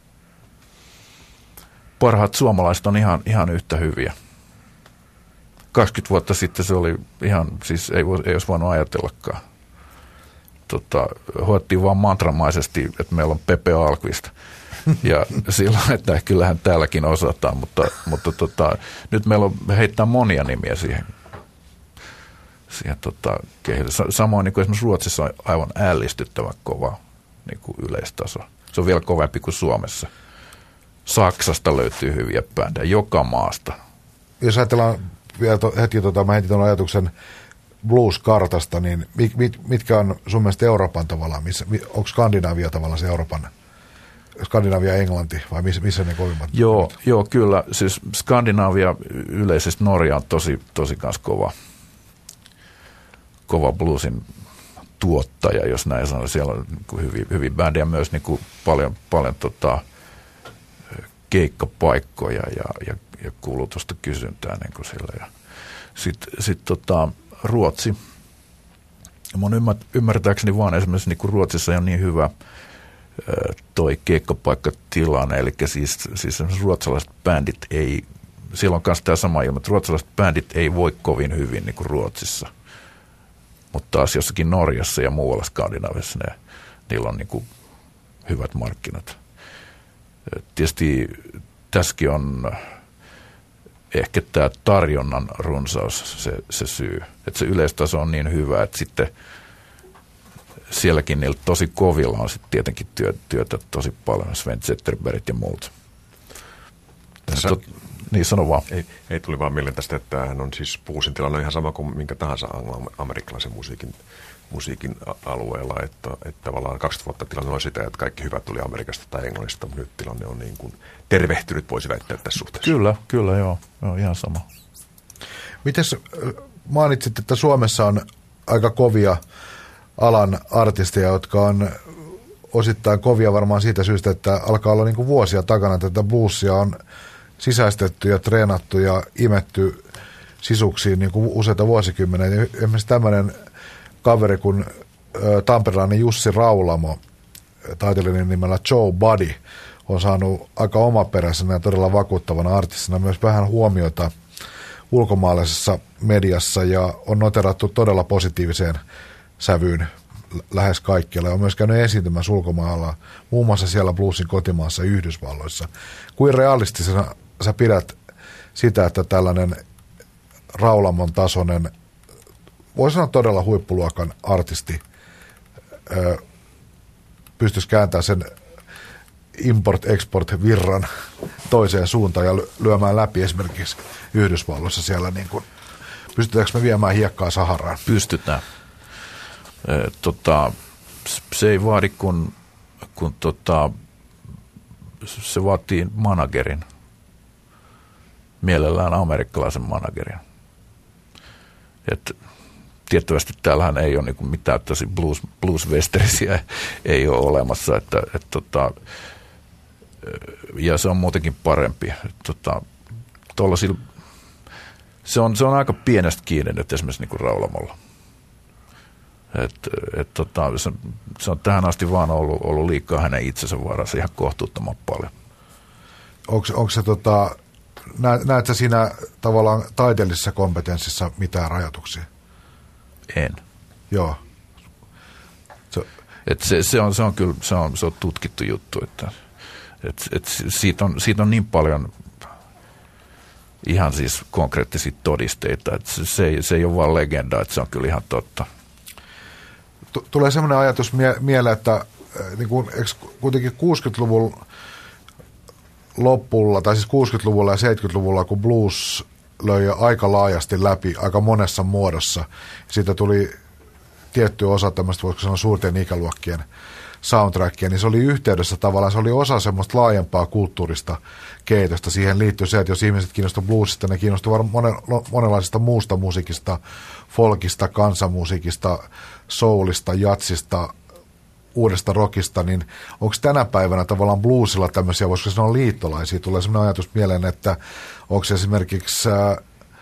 parhaat suomalaiset on ihan, ihan yhtä hyviä. kaksikymmentä vuotta sitten se oli ihan, siis ei, ei olisi voinut ajatellakaan. Tota, hoettiin vaan mantramaisesti, että meillä on Pepe Alkvist. Ja silloin, että kyllähän täälläkin osataan, mutta, mutta tota, nyt meillä on heittää monia nimiä siihen, siihen tota, kehitykseen. Samoin niin kuin esimerkiksi Ruotsissa on aivan ällistyttävän kova niin kuin yleistaso. Se on vielä kovempi kuin Suomessa. Saksasta löytyy hyviä bändejä, joka maasta. Jos ajatellaan vielä to, hetki, tota, mä heitin tuon ajatuksen blues-kartasta, niin mit, mit, mitkä on sun mielestä Euroopan tavallaan, missä, onko Skandinavia tavallaan se Euroopan, Skandinavia ja Englanti, vai missä, missä ne kovimmat? Joo, joo, kyllä. Siis Skandinavia yleisesti Norja on tosi, tosi kans kova, kova bluesin tuottaja, jos näin sanoo. Siellä on niin hyvin, hyvin bändejä myös niin kuin paljon, paljon tota, keikkapaikkoja ja, ja, ja kulutusta kysyntää niin kuin sillä. Sitten sit, tota, Ruotsi. Mun ymmär, ymmärtääkseni vaan esimerkiksi niin kuin Ruotsissa on niin hyvä toi keikkapaikkatilanne, eli siis, siis ruotsalaiset bändit ei, siellä on myös tämä sama ilma, että ruotsalaiset bändit ei voi kovin hyvin niin kuin Ruotsissa, mutta taas jossakin Norjassa ja muualla Skandinaviassa ne, niillä on niin kuin hyvät markkinat. Tietysti tässäkin on ehkä tämä tarjonnan runsaus se, se syy, että se yleistaso on niin hyvä, että sitten sielläkin niillä tosi kovilla on sitten tietenkin työ, työtä tosi paljon, Sven Zetterbergit ja muut. Tässä, Tot, Niin sano vaan. Ei, ei tuli vaan mieleen tästä, että hän on siis bluesin tilanne ihan sama kuin minkä tahansa anglo-amerikkalaisen musiikin, musiikin alueella, että, että tavallaan kaksikymmentä vuotta tilanne on sitä, että kaikki hyvät tuli Amerikasta tai Englannista, mutta nyt tilanne on niin kuin tervehtynyt, voisi väittää tässä suhteessa. Kyllä, kyllä joo, joo ihan sama. Mites mainitsit, että Suomessa on aika kovia alan artisteja, jotka on osittain kovia varmaan siitä syystä, että alkaa olla niin kuin vuosia takana. Tätä bluesia on sisäistetty ja treenattu ja imetty sisuksiin niin kuin useita vuosikymmeniä. Esimerkiksi tämmöinen kaveri kuin tamperelainen Jussi Raulamo, taiteilijan nimellä Joe Buddy, on saanut aika omaperäisenä ja todella vakuuttavana artistina myös vähän huomiota ulkomaalaisessa mediassa ja on noterattu todella positiiviseen sävyyn lähes kaikkialla. On myös käynyt esiintymässä ulkomailla, muun muassa siellä bluesin kotimaassa Yhdysvalloissa. Kuin realistisena sä pidät sitä, että tällainen Raulamon tasoinen, voi sanoa todella huippuluokan artisti, ö, pystyisi kääntämään sen import-export-virran toiseen suuntaan ja lyömään läpi esimerkiksi Yhdysvalloissa siellä, niin kuin, pystytäänkö me viemään hiekkaa Saharaan? Pystytään. E, tota, se ei vaadi, kun, kun tota, se vaatii managerin, mielellään amerikkalaisen managerin. Et, tiettävästi täällähän ei ole niinku mitään tosi blues, blues-westerisiä ei ole olemassa, että, et, tota, ja se on muutenkin parempi. Tota, se, on, se on aika pienestä kiinni nyt esimerkiksi niinku Raulamolla. Et, et, tota, se, se on tähän asti vaan ollut, ollut liikaa hänen itsensä varassa ihan kohtuuttoman paljon. Onko, onko se, tota, näetkö siinä tavallaan taiteellisessa kompetenssissa mitään rajoituksia? En. Joo. Se, et se, se, on, se on kyllä se on, se on tutkittu juttu, että et, et siitä, on, siitä on niin paljon ihan siis konkreettisia todisteita, että se, se, ei, se ei ole vaan legenda, että se on kyllä ihan totta. Tulee sellainen ajatus mie- mieleen, että niin kuin, kuitenkin kuusikymmentäluvun lopulla, tai siis kuusikymmentäluvulla ja seitsemänkymmentäluvulla, kun blues löi aika laajasti läpi, aika monessa muodossa. Siitä tuli tietty osa tämmöistä, voisiko sanoa, suurten ikäluokkien soundtrackia, niin se oli yhteydessä tavallaan, se oli osa semmoista laajempaa kulttuurista keitosta. Siihen liittyy se, että jos ihmiset kiinnostuivat bluesista, ne kiinnostuivat monenlaisista muusta musiikista, folkista, kansanmusiikista, soulista, jatsista, uudesta rockista, niin onko tänä päivänä tavallaan bluesilla tämmöisiä, voisiko sanoa liittolaisia? Tulee sellainen ajatus mieleen, että onko esimerkiksi, äh,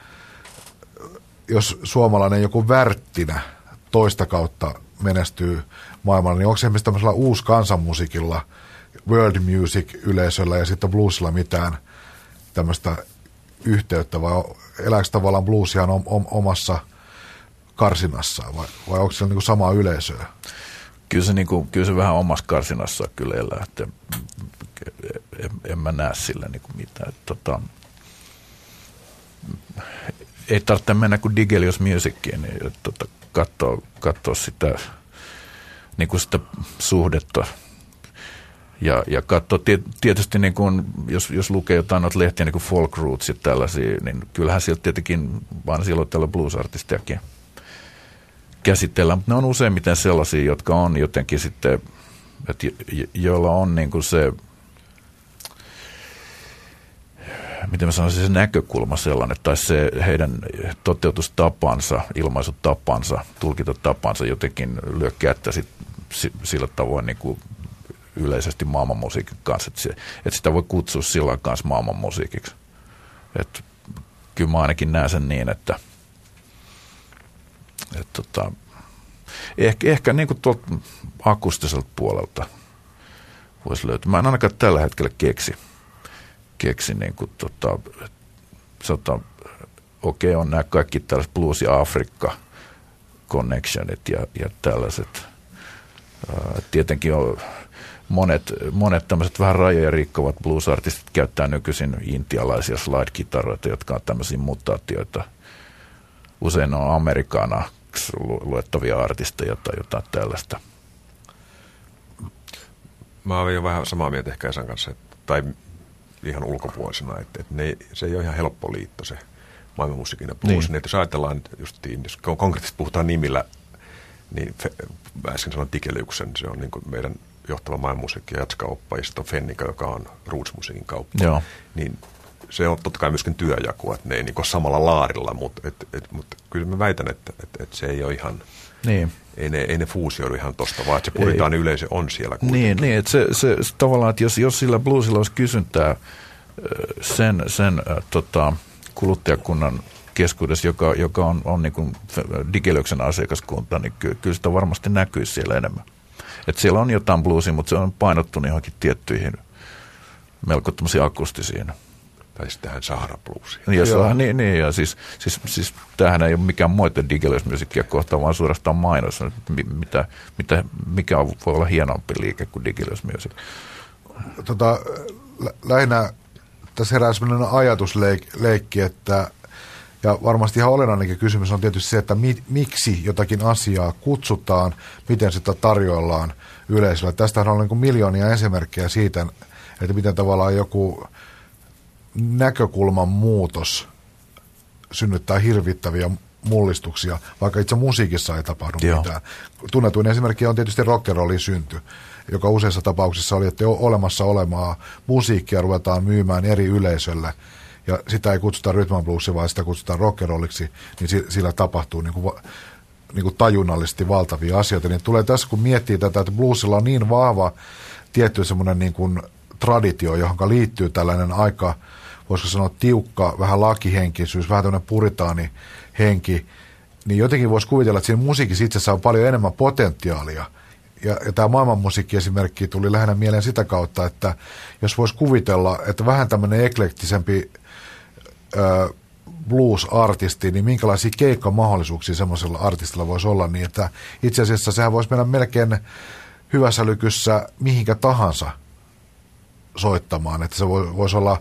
jos suomalainen joku Värttinä toista kautta menestyy maailmalla, niin onko esimerkiksi tämmöisellä uusi kansanmusiikilla, world music-yleisöllä ja sitten bluesilla mitään tämmöistä yhteyttä, vai elääkö tavallaan blues ihan omassa karsinassaan, vai, vai onko siellä niin kuin samaa yleisöä? Kyllä se, niin kuin, kyllä se vähän omassa karsinassaan kyllä elää, että en, en mä näe sille niin kuin mitään. Että, tota, ei tarvitse mennä kuin Digelius Musiciin, niin tota, katsoa, katsoa sitä, niin kuin sitä suhdetta. Ja, ja katsoa tietysti, niin kuin, jos, jos lukee jotain noita lehtiä, niin kuin Folk Roots ja tällaisia, niin kyllähän sieltä tietenkin vaan silloin tällä blues-artistiakin käsitellään, mutta ne on useimmiten sellaisia, jotka on jotenkin sitten, että joilla on niin kuin se, miten mä sanoisin, se näkökulma sellainen, tai se heidän toteutustapansa, ilmaisutapansa, tulkintatapansa jotenkin lyö kättä sit, sillä tavoin niin kuin yleisesti maailmanmusiikin kanssa, että, se, että sitä voi kutsua silloin kanssa maailmanmusiikiksi. Että kyllä mä ainakin näen sen niin, että Et tota, ehkä, ehkä niin kuin tuolta akustiselta puolelta voisi löytyä. Mä en ainakaan tällä hetkellä keksi, keksi niin kuin tota, sanotaan, okei, on nämä kaikki tällaiset blues ja Afrikka connectionit ja, ja tällaiset. Ää, tietenkin on monet, monet tämmöiset vähän rajoja rikkovat blues-artistit käyttää nykyisin intialaisia slide-kitaroita, jotka on tämmöisiä mutaatioita. Usein on amerikaana luettavia artisteja tai jotain tällaista. Mä olen jo vähän samaa mieltä ehkä Esan kanssa, että, tai ihan ulkopuolisena. Että, että ne, se ei ole ihan helppo liitto se maailmanmusiikin ja blues. Niin. Että jos ajatellaan, justiin, jos konkreettisesti puhutaan nimillä, niin äsken sanoin Tikeliuksen, se on niin kuin meidän johtava maailmanmusiikki ja jatskauppa, ja sitten on Fennika, joka on roots-musiikin kauppa. Joo. Niin se on totta kai myöskin työjakoa, että ne ei niin ole samalla laarilla, mutta, et, et, mutta kyllä mä väitän, että et, et se ei ole ihan, niin. ei, ne, ei ne fuusioidu ihan tosta, vaan että se puritaani yleisö on siellä kuitenkin. Niin, niin että se, se, se tavallaan, että jos, jos sillä bluesilla olisi kysyntää sen, sen äh, tota, kuluttajakunnan keskuudessa, joka, joka on, on niin kuin Digilöksen asiakaskunta, niin ky, kyllä sitä varmasti näkyisi siellä enemmän. Että siellä on jotain bluesia, mutta se on painottunut johonkin tiettyihin melko tämmöisiin akustisiin. Tai sitten tähän Sahara bluesiin. Ja, niin, niin, ja siis, siis, siis tämähän ei ole mikään moite Digilös-musiikkia kohtaan, vaan suorastaan mainos, mitä, mitä, mikä voi olla hienompi liike kuin Digilös-musiik. Tota, lä- lähinnä tässä herää sellainen ajatusleikki, että ja varmasti ihan olennainenkin kysymys on tietysti se, että mi, miksi jotakin asiaa kutsutaan, miten sitä tarjoillaan yleisölle. Tästähän on niin kuin miljoonia esimerkkejä siitä, että miten tavallaan joku näkökulman muutos synnyttää hirvittäviä mullistuksia, vaikka itse musiikissa ei tapahdu Joo. mitään. Tunnetuin esimerkki on tietysti rock'n'rollin synty, joka useissa tapauksissa oli, että olemassa olemaa musiikkia ruvetaan myymään eri yleisölle, ja sitä ei kutsuta rhythm and bluesia, vaan sitä kutsutaan rock'n'rolliksi, niin sillä tapahtuu niin kuin, niin kuin tajunnallisesti valtavia asioita. Niin tulee tässä, kun miettii tätä, että bluesilla on niin vahva tietty semmoinen niin kuin traditio, johon liittyy tällainen aika, voisiko sanoa tiukka, vähän lakihenkisyys, vähän tämmöinen puritaanihenki, niin jotenkin voisi kuvitella, että siinä musiikissa itsessään on paljon enemmän potentiaalia. Ja, ja tämä maailmanmusiikkiesimerkki tuli lähinnä mieleen sitä kautta, että jos voisi kuvitella, että vähän tämmöinen eklektisempi ö, blues-artisti, niin minkälaisia keikkamahdollisuuksia semmoisella artistilla voisi olla, niin että itse asiassa sehän voisi mennä melkein hyvässä lykyssä mihinkä tahansa soittamaan, että se voisi olla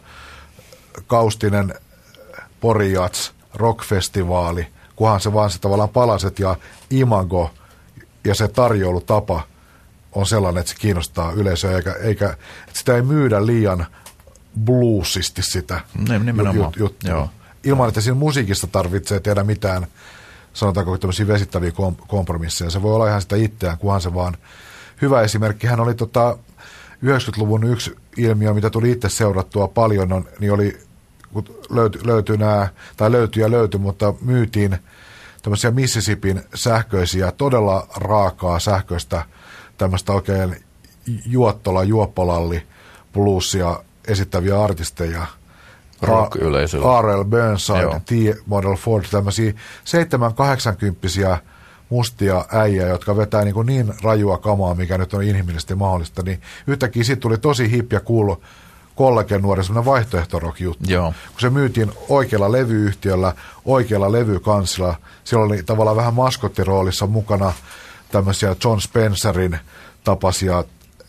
Kaustinen Porijats rockfestivaali, kunhan se vaan se tavallaan palaset ja imago ja se tarjoulutapa on sellainen, että se kiinnostaa yleisöä, eikä, eikä että sitä ei myydä liian bluesisti sitä jut, juttua. Ilman, että siinä musiikista tarvitsee tehdä mitään, sanotaanko tämmöisiä vesittäviä kompromisseja. Se voi olla ihan sitä itseään, kunhan se vaan. Hyvä esimerkkihän oli tota yhdeksänkymmentäluvun yksi ilmiö, mitä tuli itse seurattua paljon, on, niin oli, kun löytyi, löytyi nämä, tai löytyi ja löytyi, mutta myytiin tämmöisiä Mississippin sähköisiä, todella raakaa sähköistä, tämmöistä oikein juottola, juoppolalli, bluesia esittäviä artisteja. Rock-yleisöllä. R L Burnside, T-Model Ford, tämmöisiä seitsemän kahdeksankymppisiä mustia äijä, jotka vetää niin, niin rajua kamaa, mikä nyt on inhimillisesti mahdollista, niin yhtäkkiä siitä tuli tosi hip ja cool kollegen nuori semmoinen vaihtoehtorock-juttu. Joo. Kun se myytiin oikealla levyyhtiöllä, oikealla levykanssilla, siellä oli tavallaan vähän maskottiroolissa mukana tämmöisiä John Spencerin tapaisia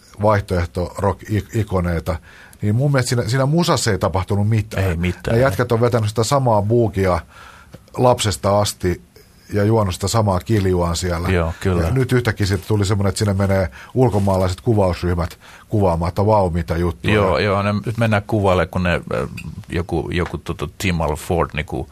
vaihtoehtorock-ikoneita, niin mun mielestä siinä, siinä musassa ei tapahtunut mitään. Ei mitään. Ja jätkät on vetänyt sitä samaa buukia lapsesta asti ja juonut sitä samaa kiljuaan siellä. Joo, kyllä. Ja nyt yhtäkkiä sitten tuli semmoinen, että sinne menee ulkomaalaiset kuvausryhmät kuvaamaan, että vau, mitä juttuja. Joo, joo, ne nyt mennään kuvaille, kun ne joku, joku tota, T-Model Ford niinku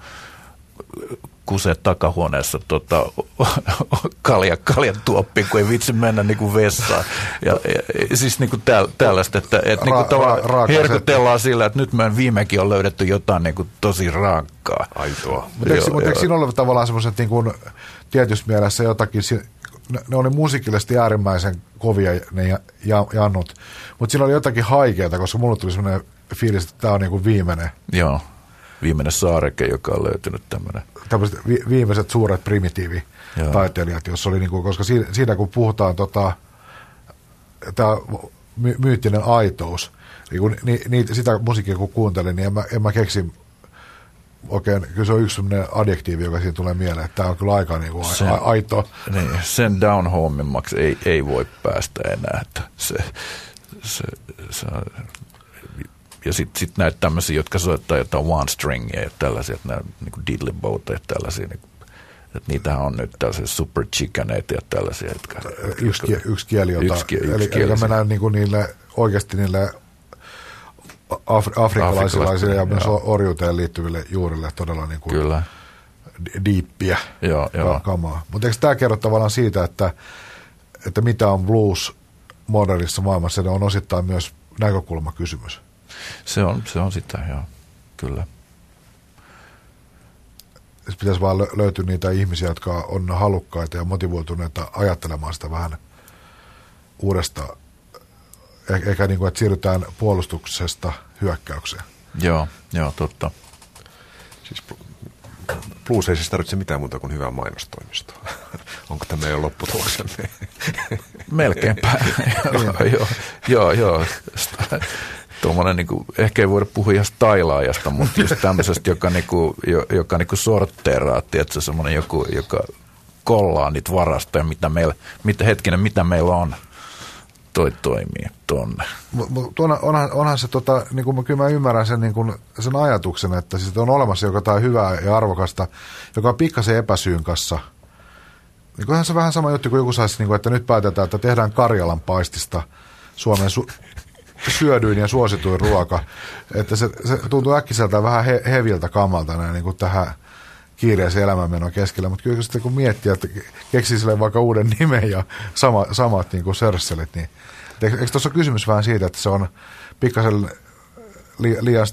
kusee takahuoneessa tota, kalja, kaljan tuoppiin, kun ei vitsi mennä niinku vessaan. Ja, ja, siis niinku täl, tällaista, että et, niinku ra, herkutellaan sillä, että nyt me viimekin on löydetty jotain niinku tosi rankkaa. Aitoa. Mutta eikö, mut eikö siinä ole tavallaan semmoiset niinku, tietyssä mielessä jotakin, ne, ne oli musiikillisesti äärimmäisen kovia ne jannut, mutta siinä oli jotakin haikeata, koska mulle tuli semmoinen fiilis, että tämä on niinku viimeinen. Joo, viimeinen saareke, joka on löytynyt tämmöinen. Tämmöiset vi- viimeiset suuret primitiivitaiteilijat, jossa oli niinku, koska siinä, siinä kun puhutaan tota, tämä my- myyttinen aitous, niin, niin, niin sitä musiikkia kun kuuntelin, niin en mä, en mä keksi oikein, kyllä se on yksi sellainen adjektiivi, joka siinä tulee mieleen, että tämä on kyllä aika niinku sen, a- aito. Niin, sen down homemmaksi ei, ei voi päästä enää, että se, se, se ja sitten sit näitä tämmöisiä, jotka soittaa jotain one stringia ja tällaisia, että nämä niin kuin diddly bowta ja tällaisia, niin, että niitähän on nyt tällaisia super chickaneita ja tällaisia. Jotka, yksi, kie, yksi kieli, jota, yksi, yksi eli, kieli eli mennään niin kuin niille, oikeasti niille Afri- afrikkalaisille ja myös orjuuteen liittyville juurille todella niin kuin Kyllä. diippiä Joo, joo. kamaa. Mutta eikö tämä kerro tavallaan siitä, että, että mitä on blues modernissa maailmassa, ne on osittain myös näkökulmakysymys? Se on, se on sitä, joo, kyllä. Pitäisi vaan löytyä niitä ihmisiä, jotka on halukkaita ja motivoituneita ajattelemaan sitä vähän uudestaan. Eikä niin kuin, että siirrytään puolustuksesta hyökkäykseen. Joo, joo, totta. Siis blues ei siis tarvitse mitään muuta kuin hyvää mainostoimistoa. Onko tämä meidän lopputuloksemme? Melkeinpä. joo, joo, joo, joo. Tuommoinen, niin kuin, ehkä ei voida puhua ihan stailaajasta, mutta just tämmöisestä, joka, niin kuin, joka niin kuin sortteeraa, tiedätkö, semmoinen joku, joka kollaa niitä varastoja, mitä meillä, mitä, hetkinen, mitä meillä on. Toi toimii tonne. On, onhan, onhan se, tota, niin kuin, kyllä mä ymmärrän sen, niin kuin, sen ajatuksen, että siis on olemassa jotain hyvää ja arvokasta, joka on pikkasen epäsyyn kanssa. Niin onhan se vähän sama juttu kuin joku saisi, niin kuin, että nyt päätetään, että tehdään Karjalan paistista Suomen su- syödyin ja suosituin ruoka. Että se, se tuntuu äkkiseltä vähän he, heviltä kamalta näin, niin kuin tähän kiireisen elämänmenon keskellä, mutta kyllä sitten kun miettii, että keksii sille vaikka uuden nimen ja sama, samat niin kuin sörsselit, niin eikö, eikö tuossa kysymys vähän siitä, että se on pikkasen li, liian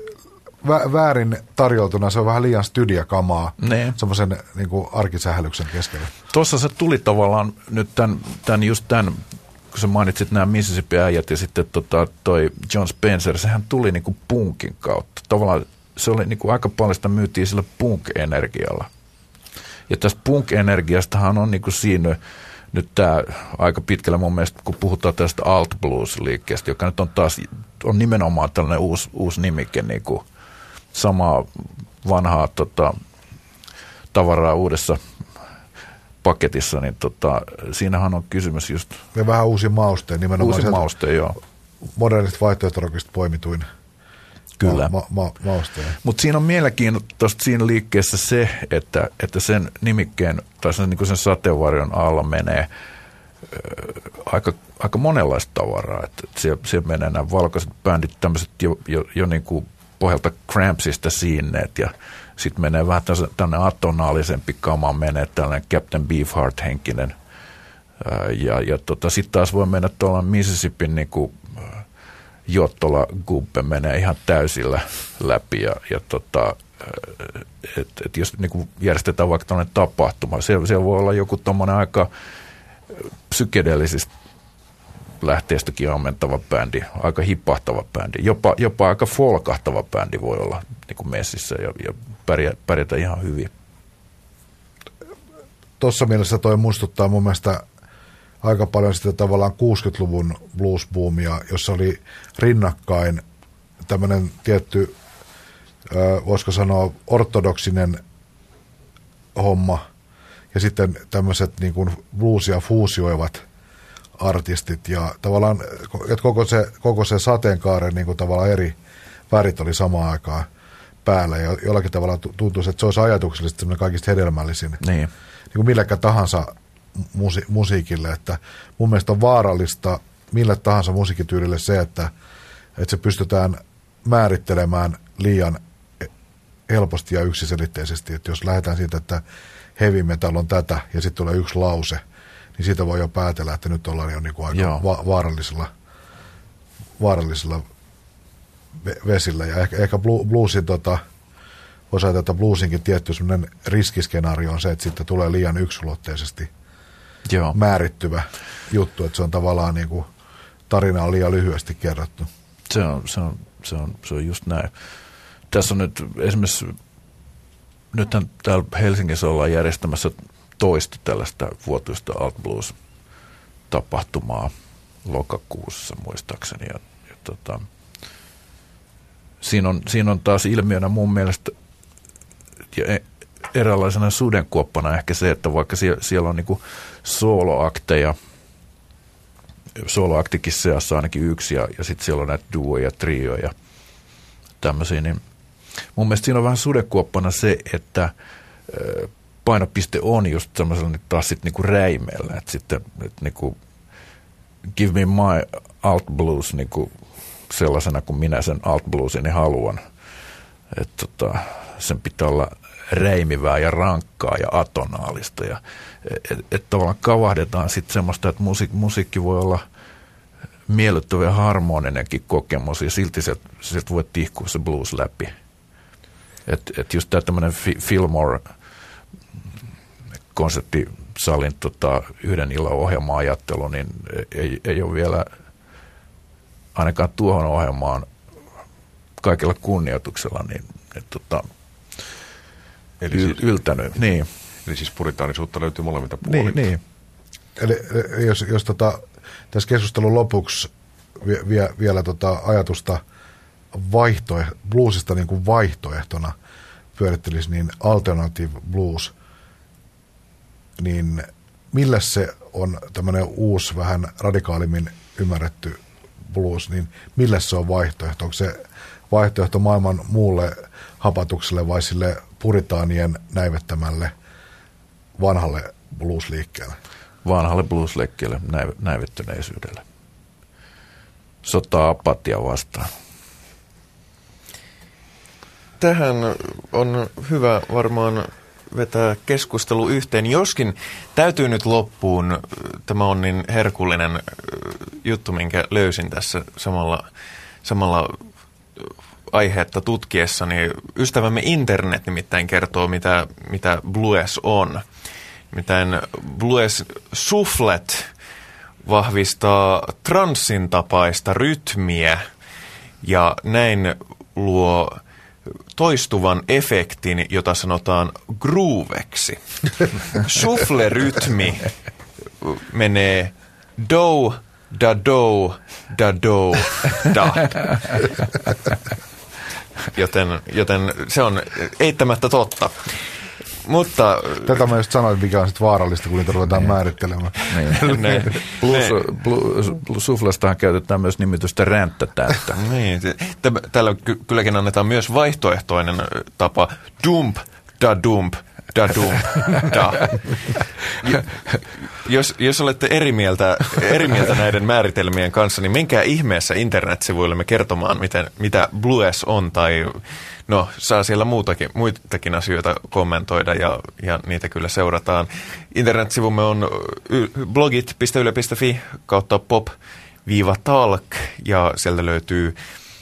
vä, väärin tarjoltuna, se on vähän liian studiakamaa semmoisen niin kuin arkisähälyksen keskellä. Tuossa se tuli tavallaan nyt tämän, tämän just tämän, kun sä mainitsit nämä Mississippi-äijät ja sitten tota, toi John Spencer, sehän tuli niin kuin punkin kautta. Tavallaan se oli niin kuin aika paljon sitä myytiin sillä punk-energialla. Ja tästä punk-energiastahan on niin kuin siinä nyt tämä aika pitkällä mun mielestä, kun puhutaan tästä alt blues-liikkeestä, joka nyt on taas on nimenomaan tällainen uusi, uusi nimike, niin kuin samaa vanhaa tota, tavaraa uudessa paketissa, niin tota, siinähän on kysymys just... Ja vähän uusi mauste, nimenomaan uusi mauste, joo. Modernista vaihtoehtorokista poimituin. Kyllä. Ma, ma, ma, Mutta siinä on mielenkiintoista siinä liikkeessä se, että, että sen nimikkeen tai sen, niin sen sateenvarjon alla menee ö, aika, aika monenlaista tavaraa. Että siellä, siellä menee nämä valkoiset bändit, tämmöiset jo, jo, jo niin kuin pohjalta Crampsista siinneet ja sitten menee vähän tänne atonaalisempi kama, menee tällainen Captain Beefheart-henkinen ö, ja, ja tota, sitten taas voi mennä tuolla Mississippin niin kuin Jottola Gubbe menee ihan täysillä läpi ja, ja tota, että et jos niin kuin järjestetään vaikka tämmöinen tapahtuma, siellä, siellä voi olla joku tommoinen aika psykedeellisistä lähteestäkin ammentava bändi, aika hipahtava bändi, jopa, jopa aika folkahtava bändi voi olla niin kuin messissä ja, ja pärjä, pärjätä ihan hyvin. Tuossa mielessä toi muistuttaa mun mielestä aika paljon sitä tavallaan kuusikymmentäluvun bluesboomia, jossa oli rinnakkain tämmöinen tietty, voisiko sanoa, ortodoksinen homma ja sitten tämmöiset niin kuin bluesia fuusioivat artistit ja tavallaan, että koko se, koko se sateenkaaren niin kuin tavallaan eri värit oli samaan aikaan päällä ja jollakin tavalla tuntuisi, että se olisi ajatuksellisesti semmoinen kaikista hedelmällisin. Niin. Niin kuin milläkään tahansa musi- musiikille, että mun mielestä on vaarallista millä tahansa musiikkityylille se, että, että se pystytään määrittelemään liian helposti ja yksiselitteisesti, että jos lähdetään siitä, että heavy metal on tätä ja sitten tulee yksi lause, niin siitä voi jo päätellä, että nyt ollaan jo niin kuin aika va- vaarallisilla, vaarallisilla vesillä ja ehkä, ehkä bluesin tota, voisi ajatella, että bluesinkin tietty sellainen riskiskenaario on se, että sitten tulee liian yksulotteisesti Joo. määrittyvä juttu, että se on tavallaan niin kuin tarina on liian lyhyesti kerrottu. Se on, se on, se on, se on just näin. Tässä on nyt esimerkiksi, nythän täällä Helsingissä ollaan järjestämässä toista tällaista vuotuista Alt Blues-tapahtumaa lokakuussa muistaakseni. Ja, ja tota, siinä, on, siinä on taas ilmiönä mun mielestä ja eräänlaisena sudenkuoppana ehkä se, että vaikka siellä, siellä on niinku soloakteja, soloaktikin seassa ainakin yksi ja, ja sitten siellä on näitä duoja ja trioja ja tämmöisiä, niin mun mielestä siinä on vähän sudenkuoppana se, että ö, painopiste on just semmoisella taas sitten niinku räimeellä, että sitten että niinku Give Me My Alt Blues niinku sellaisena kuin minä sen alt-bluesini haluan. Että tota, sen pitää olla räimivää ja rankkaa ja atonaalista. Ja, et, et tavallaan kavahdetaan sitten semmoista, että musiik, musiikki voi olla miellyttävä ja harmoninenkin kokemus, ja silti sieltä sielt voi tihkua se blues läpi. Että et just tämä tämmöinen Fillmore-konserttisalin tota, yhden illan ohjelma-ajattelu, niin ei, ei ole vielä ainakaan tuohon ohjelmaan kaikilla kunnioituksella niin, et, tota, eli yl, siis, yltänyt. Niin. Eli siis puritaanisuutta löytyy molemmilta puolilta. Niin, niin. Eli jos, jos tota, tässä keskustelun lopuksi vie, vie, vielä tota ajatusta vaihtoeh- bluesista niin kuin vaihtoehtona pyörittelisi, niin alternative blues, niin millä se on tämmöinen uusi, vähän radikaalimmin ymmärretty blues, niin millä se on vaihtoehto? Onko se vaihtoehto maailman muulle hapatukselle vai sille puritaanien näivettämälle vanhalle bluesliikkeelle? Vanhalle bluesliikkeelle näivettyneisyydelle. Sotaa apatia vastaan. Tähän on hyvä varmaan vetää keskustelu yhteen, joskin täytyy nyt loppuun, tämä on niin herkullinen juttu, minkä löysin tässä samalla, samalla aiheetta tutkiessa, niin ystävämme internet nimittäin kertoo, mitä, mitä blues on. Nimittäin blues shufflet vahvistaa transsin tapaista rytmiä ja näin luo toistuvan efektin, jota sanotaan grooveksi. Shuffle-rytmi menee do, da do, da do, da. Joten, joten se on eittämättä totta. Mutta tätä mä just sanoin, mikä on sitten vaarallista, kun niitä ruvetaan määrittelemään. Niin. ne, blues, blues, blues, suflastahan käytetään myös nimitystä ränttätäyttä. Niin. Täällä kylläkin annetaan myös vaihtoehtoinen tapa. Dump, da dump, da dump, da. Jos, jos olette eri mieltä, eri mieltä näiden määritelmien kanssa, niin menkää ihmeessä internetsivuillemme kertomaan, miten, mitä blues on, tai no, saa siellä muutakin, muitakin asioita kommentoida ja, ja niitä kyllä seurataan. Internetsivumme on blogit piste yle piste fi kautta pop-talk ja sieltä löytyy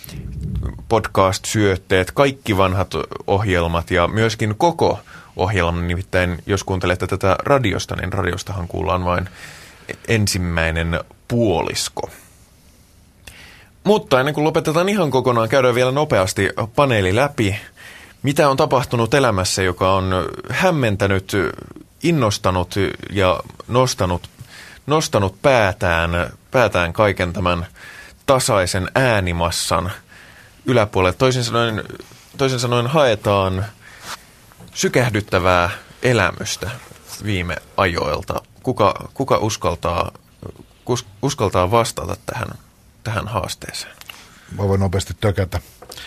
podcast-syötteet, kaikki vanhat ohjelmat ja myöskin koko ohjelma. Nimittäin jos kuuntelette tätä radiosta, niin radiostahan kuullaan vain ensimmäinen puolisko. Mutta ennen kuin lopetetaan ihan kokonaan, käydään vielä nopeasti paneeli läpi. Mitä on tapahtunut elämässä, joka on hämmentänyt, innostanut ja nostanut, nostanut päätään, päätään kaiken tämän tasaisen äänimassan yläpuolelle. Toisin sanoen, toisin sanoen haetaan sykähdyttävää elämystä viime ajoilta. Kuka, kuka uskaltaa, kus, uskaltaa vastata tähän? tähän haasteeseen? Mä voin nopeasti tökätä.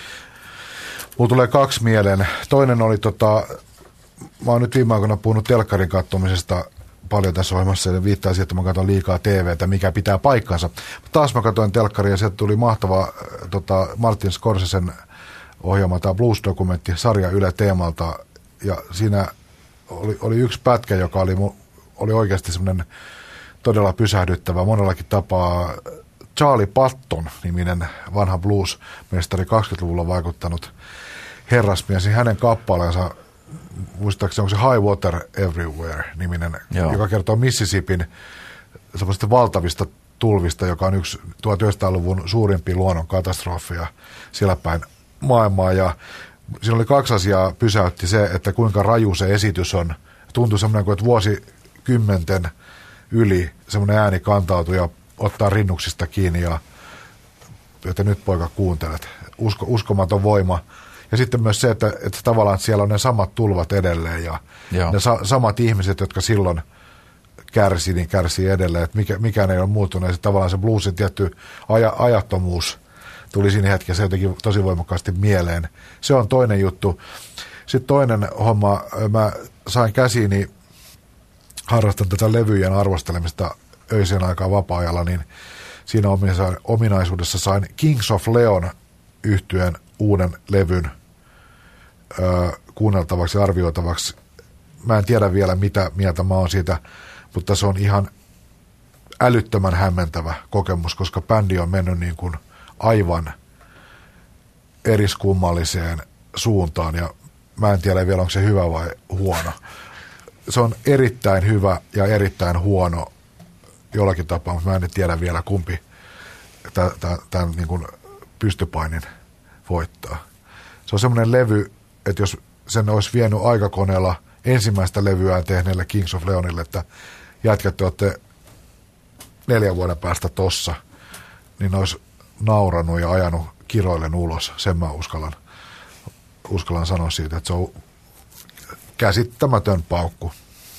Mulla tulee kaksi mieleen. Toinen oli, tota, mä oon nyt viime aikoina puhunut telkkarin katsomisesta paljon tässä ohjelmassa, ja viittaa siihen, että mä katson liikaa T V:tä, mikä pitää paikkansa. Taas mä katsoin telkkaria, ja sieltä tuli mahtava tota, Martin Scorsesen ohjelma, tämä Blues-dokumentti, sarja Yle Teemalta, ja siinä oli, oli yksi pätkä, joka oli, oli oikeasti semmoinen todella pysähdyttävä, monellakin tapaa. Charlie Patton-niminen vanha blues-mestari kaksikymmentäluvulla vaikuttanut herrasmies, niin hänen kappaleensa, muistaakseni onko se High Water Everywhere-niminen, Joo. joka kertoo Mississippin semmoista valtavista tulvista, joka on yksi tuhatyhdeksänsataaluvun suurimpia luonnonkatastrofeja siellä päin maailmaa. Ja siinä oli kaksi asiaa pysäytti se, että kuinka raju se esitys on. Tuntui semmoinen kuin, että vuosikymmenten yli semmoinen ääni kantautui ja ottaa rinnuksista kiinni ja että nyt poika kuuntelet. Usko, uskomaton voima. Ja sitten myös se, että, että tavallaan siellä on ne samat tulvat edelleen ja Joo. ne sa- samat ihmiset, jotka silloin kärsi, niin kärsii edelleen. Että mikä, mikään ei ole muuttunut. Ja se, tavallaan se bluesin tietty aja, ajattomuus tuli siinä hetkessä jotenkin tosi voimakkaasti mieleen. Se on toinen juttu. Sitten toinen homma, mä sain käsiini, harrastan tätä levyjen arvostelemista öiseen aikaan vapaa-ajalla, niin siinä ominaisuudessa sain Kings of Leon -yhtyeen uuden levyn ö, kuunneltavaksi ja arvioitavaksi. Mä en tiedä vielä, mitä mieltä mä oon siitä, mutta se on ihan älyttömän hämmentävä kokemus, koska bändi on mennyt niin kuin aivan eriskummalliseen suuntaan, ja mä en tiedä vielä, onko se hyvä vai huono. Se on erittäin hyvä ja erittäin huono jollakin tapaa, mutta mä en tiedä vielä, kumpi tämän niin kuin pystypainin voittaa. Se on semmoinen levy, että jos sen olisi vienyt aikakoneella ensimmäistä levyään tehneelle Kings of Leonille, että jätkät, te olette neljän vuoden päästä tossa, niin olisi nauranut ja ajanut kiroillen ulos. Sen mä uskallan, uskallan sanoa siitä, että se on käsittämätön paukku.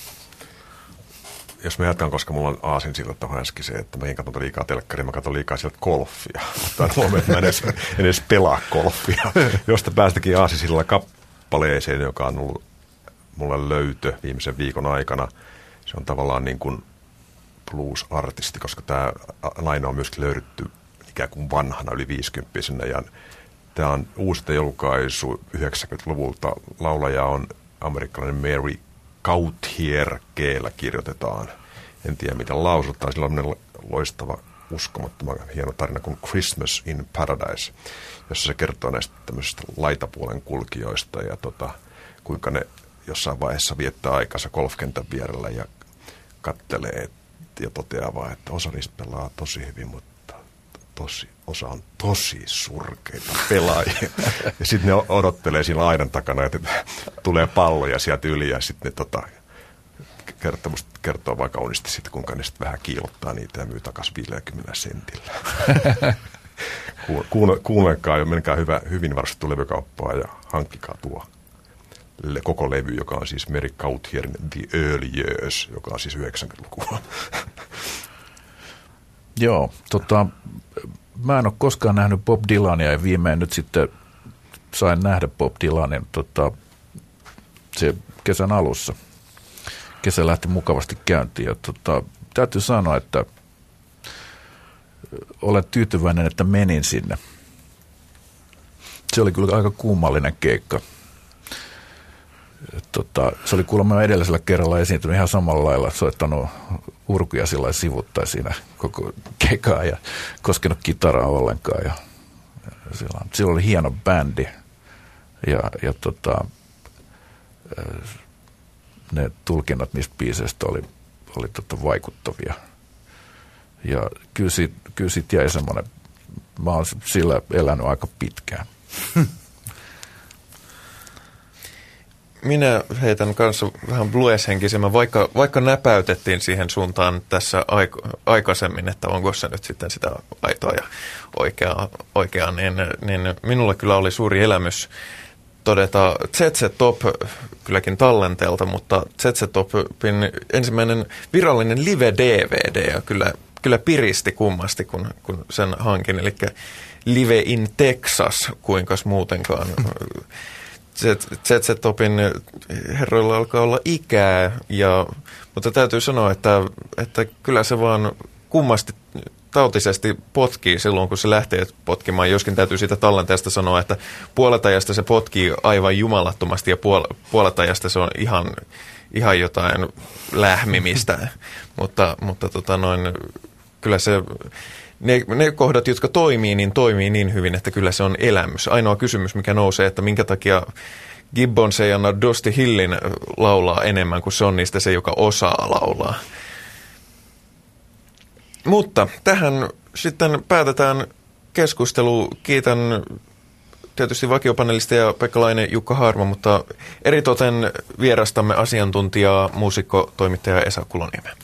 Jos mä jatkan, koska mulla on aasin siltä tuohon äsken se, että mä en katso liikaa telkkaria, mä katson liikaa sieltä golfia. Mutta en mä edes, en edes pelaa golfia. Josta päästäkin aasin sillä kappaleeseen, joka on ollut mulle löytö viimeisen viikon aikana. Se on tavallaan niin kuin blues-artisti, koska tämä nainen on myöskin löydetty ikään kuin vanhana yli viisikymppisenä. Ja tämä on uusi julkaisu yhdeksänkymmentäluvulta. Laulaja on amerikkalainen Mary Gauthier, G-llä kirjoitetaan. En tiedä, miten lausutaan. Sillä on loistava, uskomattoman hieno tarina kuin Christmas in Paradise, jossa se kertoo näistä tämmöisistä laitapuolen kulkijoista ja tota, kuinka ne jossain vaiheessa viettää aikansa golfkentän vierellä ja kattelee ja toteaa vaan, että osa niistä pelaa tosi hyvin, mutta tosi, osa on tosi surkeita pelaajia. Ja sitten ne odottelee siinä aidan takana, että tulee palloja sieltä yli ja sitten ne tota, kertoo, kertoo vaan kauniisti sitten, kuinka ne sitten vähän kiilottaa niitä ja myy takaisin viidelläkymmenellä sentillä. Kuunnelkaa ja menkää hyvä, hyvin varustettu levykauppaa ja hankkikaa tuo koko levy, joka on siis Mary Gauthierin The Early Years, joka on siis yhdeksänkymmentälukua. Joo, tota, mä en ole koskaan nähnyt Bob Dylania ja viimein nyt sitten sain nähdä Bob Dylanin tota, se kesän alussa. Kesä lähti mukavasti käyntiin ja tota, täytyy sanoa, että olen tyytyväinen, että menin sinne. Se oli kyllä aika kummallinen keikka. Tota, se oli kuulemma edellisellä kerralla esiintynyt ihan samalla lailla, soittanut urkuja sillä sivuttain siinä koko kekaa ja koskenut kitaraa ollenkaan. Ja, ja sillä, sillä oli hieno bändi ja, ja tota, ne tulkinnat niistä biiseistä oli, oli tota vaikuttavia. Ja kyllä siitä, kyllä siitä jäi semmoinen, mä oon sillä elänyt aika pitkään. Minä heitän kanssa vähän blues-henkisemmän, vaikka, vaikka näpäytettiin siihen suuntaan tässä aik- aikaisemmin, että onko se nyt sitten sitä aitoa ja oikeaa, oikeaa niin, niin minulle kyllä oli suuri elämys todeta Z Z Top kylläkin tallenteelta, mutta Z Z Topin ensimmäinen virallinen live-D V D ja kyllä, kyllä piristi kummasti, kun, kun sen hankin, eli Live in Texas, kuinkas muutenkaan. Z Z Topin herroilla alkaa olla ikää, ja, mutta täytyy sanoa, että, että kyllä se vaan kummasti tautisesti potkii silloin, kun se lähtee potkimaan. Joskin täytyy siitä tallenteesta sanoa, että puolet ajasta se potkii aivan jumalattomasti ja puol- puolet ajasta se on ihan, ihan jotain lähmimistä. mutta mutta tota noin, kyllä se... Ne, ne kohdat, jotka toimii, niin toimii niin hyvin, että kyllä se on elämys. Ainoa kysymys, mikä nousee, että minkä takia Gibbons ei anna Dusty Hillin laulaa enemmän, kuin se on niistä se, joka osaa laulaa. Mutta tähän sitten päätetään keskustelu. Kiitän tietysti vakiopanelisteja Pekka Laine, Jukka Haarma, mutta eritoten vierastamme asiantuntijaa, muusikko, toimittaja Esa Kuloniemeä.